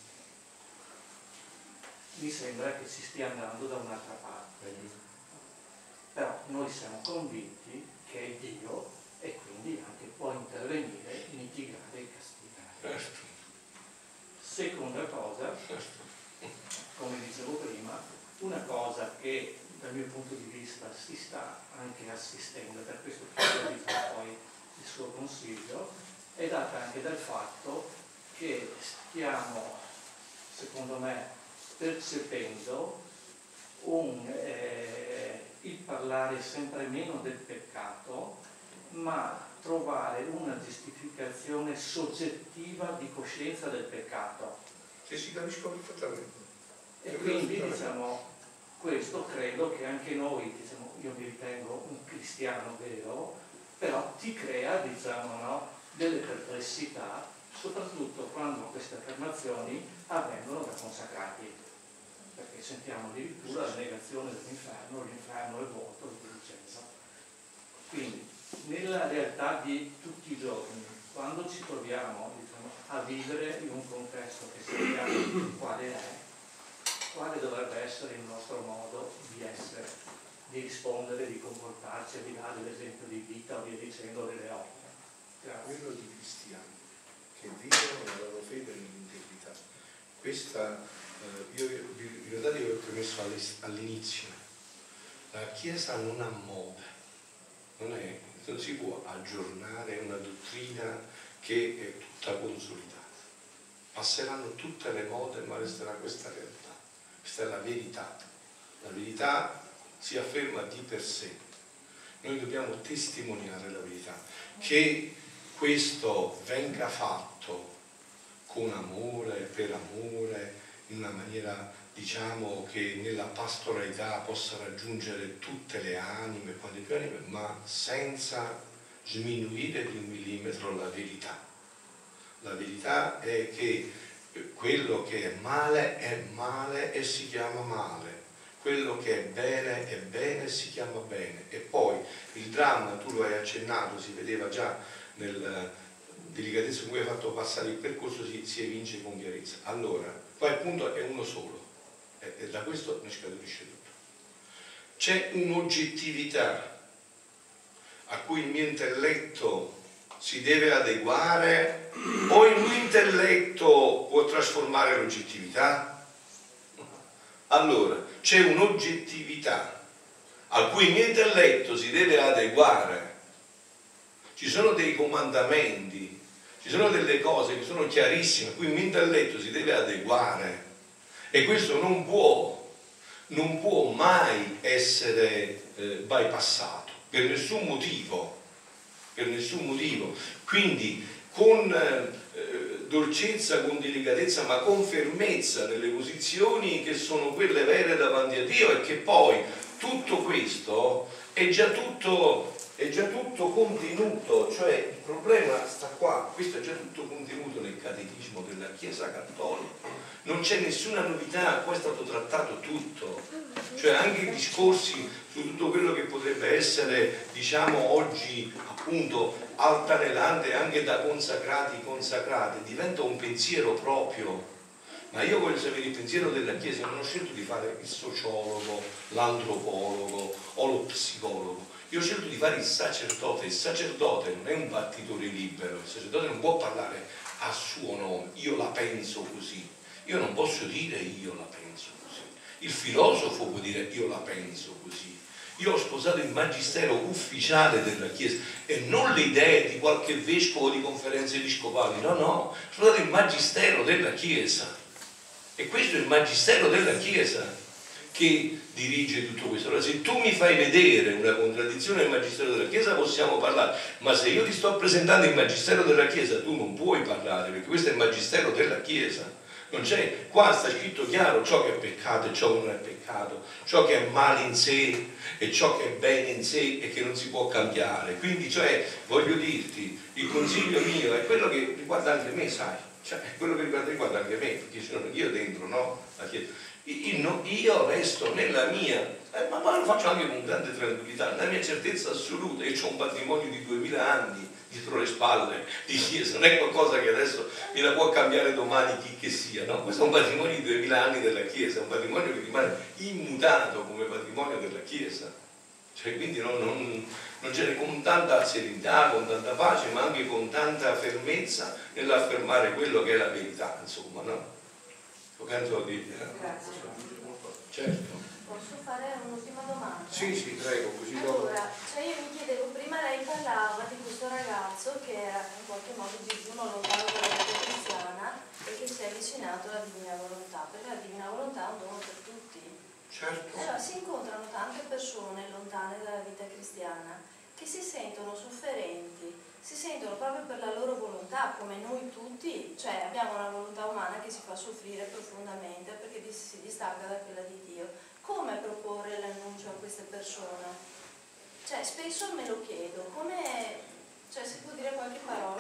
C: mi sembra che si stia andando da un'altra parte. Però noi siamo convinti che è Dio e quindi anche può intervenire e mitigare i castighi. Seconda cosa, come dicevo prima, una cosa che dal mio punto di vista si sta anche assistendo, per questo chiedo diciamo, poi il suo consiglio, è data anche dal fatto che stiamo, secondo me, percependo un, eh, il parlare sempre meno del peccato, ma trovare una giustificazione soggettiva di coscienza del peccato.
A: Sì, si capisco perfettamente.
C: E quindi, diciamo, questo credo che anche noi, diciamo, io mi ritengo un cristiano vero, però ti crea, diciamo, no, delle perplessità, soprattutto quando queste affermazioni avvengono da consacrati, perché sentiamo addirittura la negazione dell'inferno, l'inferno è vuoto, e via dicendo. Quindi, nella realtà di tutti i giorni, quando ci troviamo, diciamo, a vivere in un contesto che sappiamo quale è, quale dovrebbe essere il nostro modo di essere, di rispondere, di comportarci, di dare l'esempio di vita o via dicendo delle opere. Grazie.
A: Quello di cristiani che vivono la loro fede nell'integrità. Questa, eh, io vi ricordate che ho premesso all'inizio, la Chiesa non ammuove, non, è, non si può aggiornare una dottrina che è tutta consolidata. Passeranno tutte le mode, ma resterà questa realtà. Questa è la verità. La verità si afferma di per sé. Noi dobbiamo testimoniare la verità. Che questo venga fatto con amore, per amore, in una maniera, diciamo, che nella pastoralità possa raggiungere tutte le anime, quante più anime, ma senza sminuire di un millimetro la verità. La verità è che quello che è male è male e si chiama male, quello che è bene è bene e si chiama bene. E poi il dramma, tu lo hai accennato, si vedeva già nel delicatezza con cui hai fatto passare il percorso, si, si evince con chiarezza. Allora, poi il punto è uno solo, e, e da questo ne scaturisce tutto. C'è un'oggettività a cui il mio intelletto si deve adeguare, o il mio intelletto può trasformare l'oggettività? Allora, c'è un'oggettività a cui il mio intelletto si deve adeguare. Ci sono dei comandamenti, ci sono delle cose che sono chiarissime, a cui il mio intelletto si deve adeguare, e questo non può, non può mai essere eh, bypassato, per nessun motivo. per nessun motivo, quindi con eh, dolcezza, con delicatezza, ma con fermezza nelle posizioni che sono quelle vere davanti a Dio, e che poi tutto questo è già tutto è già tutto contenuto, cioè il problema sta qua, questo è già tutto contenuto nel catechismo della Chiesa Cattolica, non c'è nessuna novità, qua è stato trattato tutto, cioè anche i discorsi su tutto quello che potrebbe essere, diciamo, oggi appunto altalenante anche da consacrati consacrate, diventa un pensiero proprio. Ma io voglio sapere il pensiero della Chiesa, non ho scelto di fare il sociologo, l'antropologo o lo psicologo. Io ho scelto di fare il sacerdote. Il sacerdote non è un battitore libero, il sacerdote non può parlare a suo nome, io la penso così. Io non posso dire io la penso così. Il filosofo può dire io la penso così. Io ho sposato il magistero ufficiale della Chiesa e non le idee di qualche vescovo di conferenze episcopali, no, no, ho sposato il magistero della Chiesa. E questo è il magistero della Chiesa che dirige tutto questo. Allora, se tu mi fai vedere una contraddizione nel magistero della Chiesa possiamo parlare, ma se io ti sto presentando il magistero della Chiesa tu non puoi parlare, perché questo è il magistero della Chiesa. Non c'è, qua sta scritto chiaro ciò che è peccato e ciò che non è peccato, ciò che è male in sé e ciò che è bene in sé e che non si può cambiare. Quindi, cioè, voglio dirti, il consiglio mio è quello che riguarda anche me, sai, cioè è quello che riguarda, riguarda anche me, perché sono io dentro, no? La Chiesa. Io resto nella mia, eh, ma poi lo faccio anche con grande tranquillità, nella mia certezza assoluta. Io ho un patrimonio di duemila anni dietro le spalle di Chiesa, non è qualcosa che adesso me la può cambiare domani chi che sia, no? Questo è un patrimonio di duemila anni della Chiesa, è un patrimonio che rimane immutato come patrimonio della Chiesa. Cioè, quindi non, non, non c'è, con tanta serenità, con tanta pace, ma anche con tanta fermezza nell'affermare quello che è la verità, insomma, no? Lo penso di dire.
E: Grazie.
A: Certo.
E: Posso fare un'ultima domanda?
A: Sì, sì, prego, così dopo.
E: Allora, cioè io mi chiedevo, prima lei parlava di questo ragazzo che era in qualche modo digiuno lontano dalla vita cristiana e che si è avvicinato alla divina volontà, perché la divina volontà è un dono per tutti.
A: Certo.
E: Allora si incontrano tante persone lontane dalla vita cristiana che si sentono sofferenti, si sentono proprio per la loro volontà, come noi tutti, cioè abbiamo una volontà umana che si fa soffrire profondamente perché si distacca da quella di Dio. Come proporre l'annuncio a queste persone? Cioè spesso me lo chiedo, come, cioè si può dire qualche parola?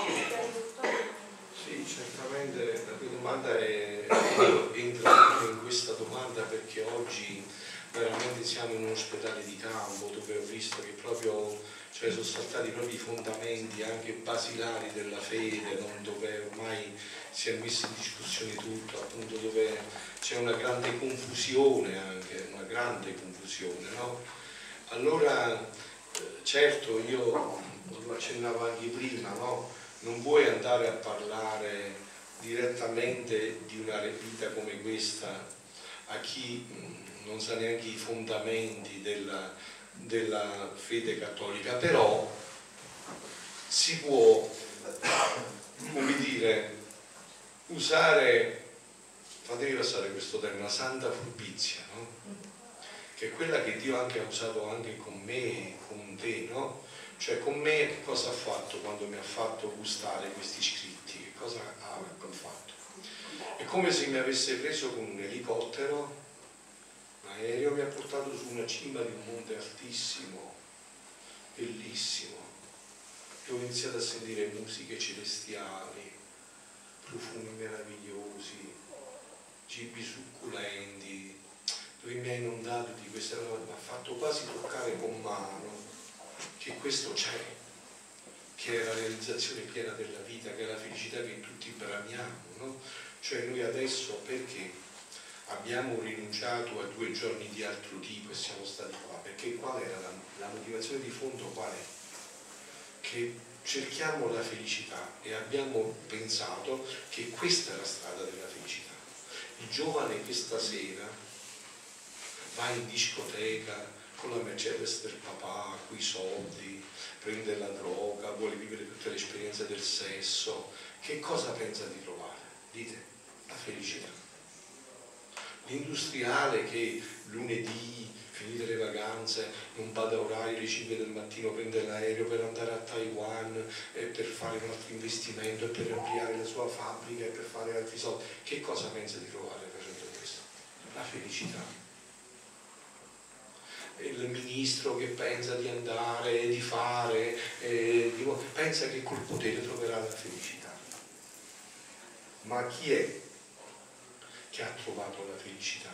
A: Sì, certamente la tua domanda è, io entro anche in questa domanda perché oggi veramente siamo in un ospedale di campo dove ho visto che proprio, cioè, sono saltati proprio i fondamenti anche basilari della fede, non? Dove ormai si è messo in discussione tutto, appunto dove c'è una grande confusione anche, una grande confusione, no? Allora, certo, io lo accennavo anche prima, no? Non puoi andare a parlare direttamente di una vita come questa a chi non sa neanche i fondamenti della, della fede cattolica, però si può, come dire, usare, fatemi passare questo termine, la santa furbizia, no? Che è quella che Dio anche ha usato anche con me e con te, no? Cioè con me cosa ha fatto quando mi ha fatto gustare questi scritti? Che cosa ha fatto? È come se mi avesse preso con un elicottero, un aereo, mi ha portato su una cima di un monte altissimo, bellissimo, dove ho iniziato a sentire musiche celestiali, profumi meravigliosi, cibi succulenti, dove mi ha inondato di questa roba, mi ha fatto quasi toccare con mano che questo c'è, che è la realizzazione piena della vita, che è la felicità che tutti bramiamo, no? Cioè noi adesso perché abbiamo rinunciato a due giorni di altro tipo e siamo stati qua? Perché qual era la, la motivazione di fondo? Qual è? Che cerchiamo la felicità e abbiamo pensato che questa è la strada della felicità. Il giovane che stasera va in discoteca con la Mercedes del papà, coi soldi, prende la droga, vuole vivere tutte le esperienze del sesso, che cosa pensa di trovare? Dite, la felicità. L'industriale che lunedì, finite le vacanze, non bada orario, alle cinque del mattino prende l'aereo per andare a Taiwan e per fare un altro investimento e per ampliare la sua fabbrica e per fare altri soldi, che cosa pensa di trovare facendo questo? La felicità. il ministro che pensa di andare, di fare, eh, di, pensa che col potere troverà la felicità. Ma chi è che ha trovato la felicità?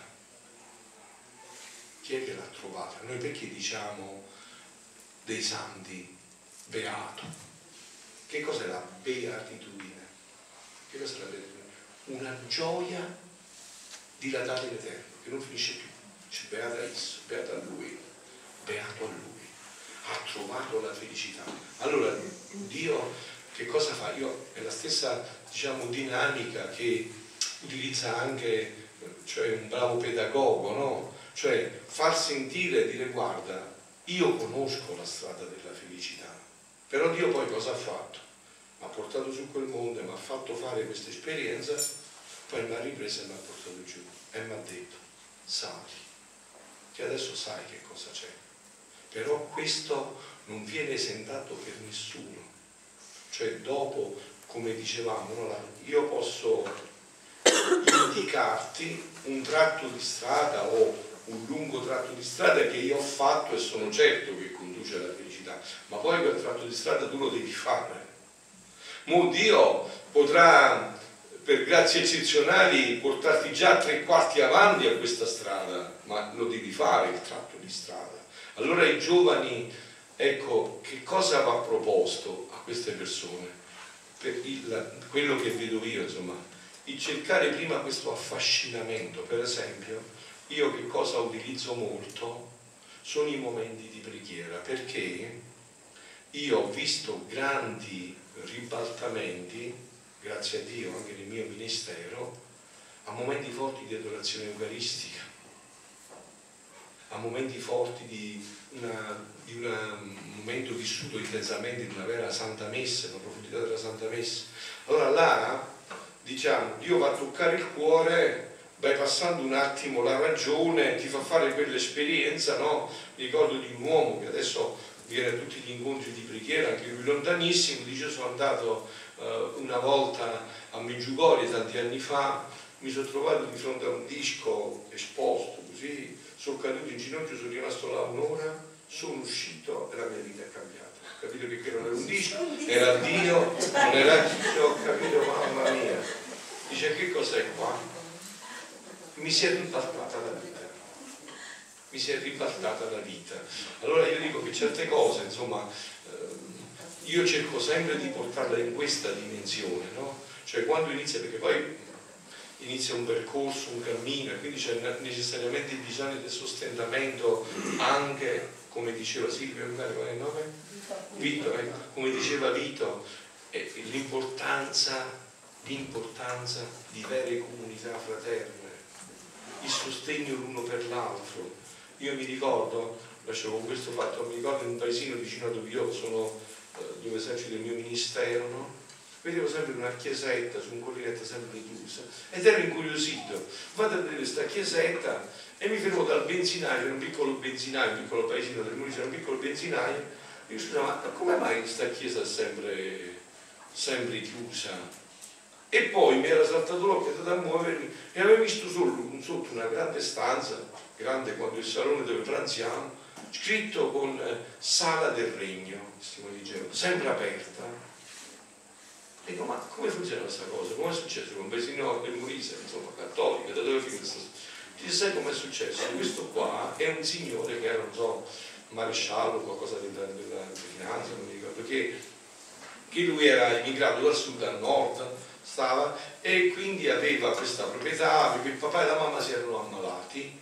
A: Chi è che l'ha trovata? Noi perché diciamo dei santi beato? Che cos'è la beatitudine? Che cos'è la beatitudine? Una gioia dilatata in eterno, che non finisce più. Dice beata esso, beata a lui, beato a lui. Ha trovato la felicità. Allora Dio che cosa fa? Io è la stessa, diciamo, dinamica che utilizza anche, cioè, un bravo pedagogo, no? Cioè far sentire e dire guarda, io conosco la strada della felicità, però Dio poi cosa ha fatto? Mi ha portato su quel mondo, mi ha fatto fare questa esperienza, poi mi ha ripreso e mi ha portato giù e mi ha detto sali, che adesso sai che cosa c'è, però questo non viene esentato per nessuno. Cioè dopo, come dicevamo, no? Io posso indicarti un tratto di strada o un lungo tratto di strada che io ho fatto e sono certo che conduce alla felicità, ma poi quel tratto di strada tu lo devi fare. Mo Dio potrà per grazie eccezionali portarti già tre quarti avanti a questa strada, ma lo devi fare il tratto di strada. Allora i giovani, ecco, che cosa va proposto a queste persone? Per il, quello che vedo io, insomma, il cercare prima questo affascinamento. Per esempio, io che cosa utilizzo molto sono i momenti di preghiera, perché io ho visto grandi ribaltamenti, grazie a Dio, anche nel mio ministero, a momenti forti di adorazione eucaristica, a momenti forti di, una, di una, un momento vissuto intensamente di una vera Santa Messa, una profondità della Santa Messa. Allora là, diciamo, Dio va a toccare il cuore, vai passando un attimo la ragione, ti fa fare quell'esperienza, no? Mi ricordo di un uomo che adesso viene a tutti gli incontri di preghiera, anche lui lontanissimo, dice: sono andato uh, una volta a Meggiugorie tanti anni fa, mi sono trovato di fronte a un disco esposto così, sono caduto in ginocchio, sono rimasto là un'ora, sono uscito e la mia vita è cambiata. Ho capito che non era un disco, era Dio, non era Dio, ho capito, mamma mia. Dice: che cos'è qua? Mi si è ribaltata la vita. Mi si è ribaltata la vita. Allora io dico che certe cose, insomma, io cerco sempre di portarla in questa dimensione, no? Cioè quando inizia, perché poi inizia un percorso, un cammino, e quindi c'è necessariamente bisogno del sostentamento anche, come diceva Silvia, qual è il nome? Vito, eh? Come diceva Vito, eh, l'importanza, l'importanza di vere comunità fraterne, il sostegno l'uno per l'altro. Io mi ricordo, lascio con questo fatto, mi ricordo in un paesino vicino a dove io sono, eh, dove esercito il mio ministero, no? Vedevo sempre una chiesetta su un collinetto sempre chiusa ed ero incuriosito. Vado a vedere questa chiesetta e mi fermo dal benzinaio, un piccolo benzinaio, un piccolo paesino del Molise, un piccolo benzinaio, e dico: scusa, ma come mai questa chiesa è sempre, sempre chiusa? E poi mi era saltato l'occhio, andato a muovermi e avevo visto solo sotto una grande stanza, grande quanto il salone dove pranziamo, scritto con eh, Sala del Regno, stiamo dicendo, sempre aperta. Dico: ma come funziona questa cosa? Come è successo con un paesino del Molise, insomma, cattolico, da dove finisce questo? Ti sai come è successo? Questo qua è un signore che era, non so, maresciallo o qualcosa della, della finanza, non mi ricordo, che, che lui era immigrato dal sud al nord, stava, e quindi aveva questa proprietà, perché il papà e la mamma si erano ammalati,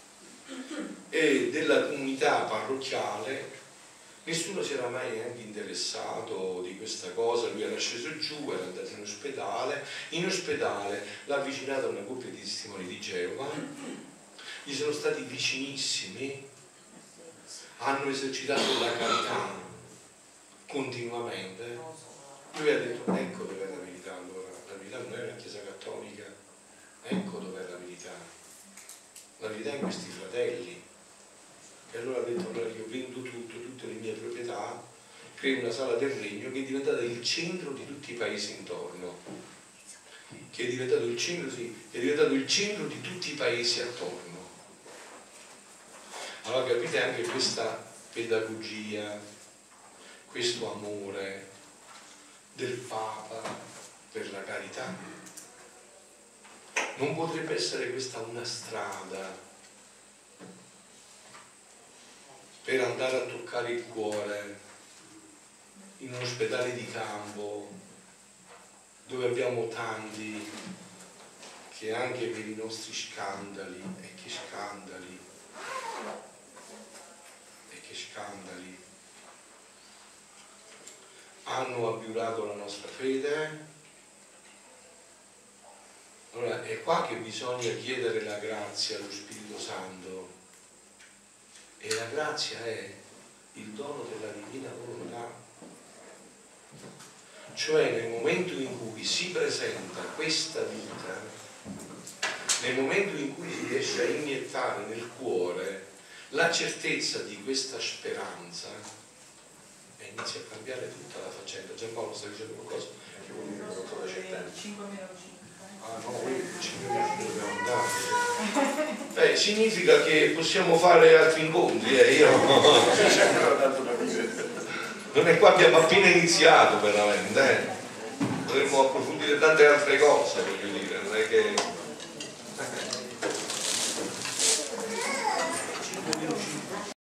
A: e della comunità parrocchiale nessuno si era mai neanche interessato di questa cosa. Lui era sceso giù, era andato in ospedale, in ospedale l'ha avvicinato a una coppia di testimoni di Geova, gli sono stati vicinissimi, hanno esercitato la carità continuamente. Lui ha detto: ecco dov'è la verità. Allora la verità non è la Chiesa Cattolica, ecco dov'è la verità. La verità è in questi fratelli. E allora ha detto: allora io vendo tutto, tutte le mie proprietà, creo una Sala del Regno che è diventata il centro di tutti i paesi intorno, che è diventato il centro, sì, è diventato il centro di tutti i paesi attorno. Allora capite anche questa pedagogia, questo amore del Papa per la carità. Non potrebbe essere questa una strada per andare a toccare il cuore in un ospedale di campo dove abbiamo tanti che anche per i nostri scandali, e che scandali, e che scandali, hanno abiurato la nostra fede. Allora è qua che bisogna chiedere la grazia allo Spirito Santo, e la grazia è il dono della divina volontà. Cioè nel momento in cui si presenta questa vita, nel momento in cui si riesce a iniettare nel cuore la certezza di questa speranza, e inizia a cambiare tutta la faccenda. Giampaolo, stai dicendo qualcosa? Che vuol dire qualcosa da certezza?
D: cinque meno cinque.
A: Ah no, qui cinque minuti dobbiamo andare. Eh, significa che possiamo fare altri incontri, eh? Io non è qua, abbiamo appena iniziato veramente, eh? Dovremmo approfondire tante altre cose, voglio dire, non è che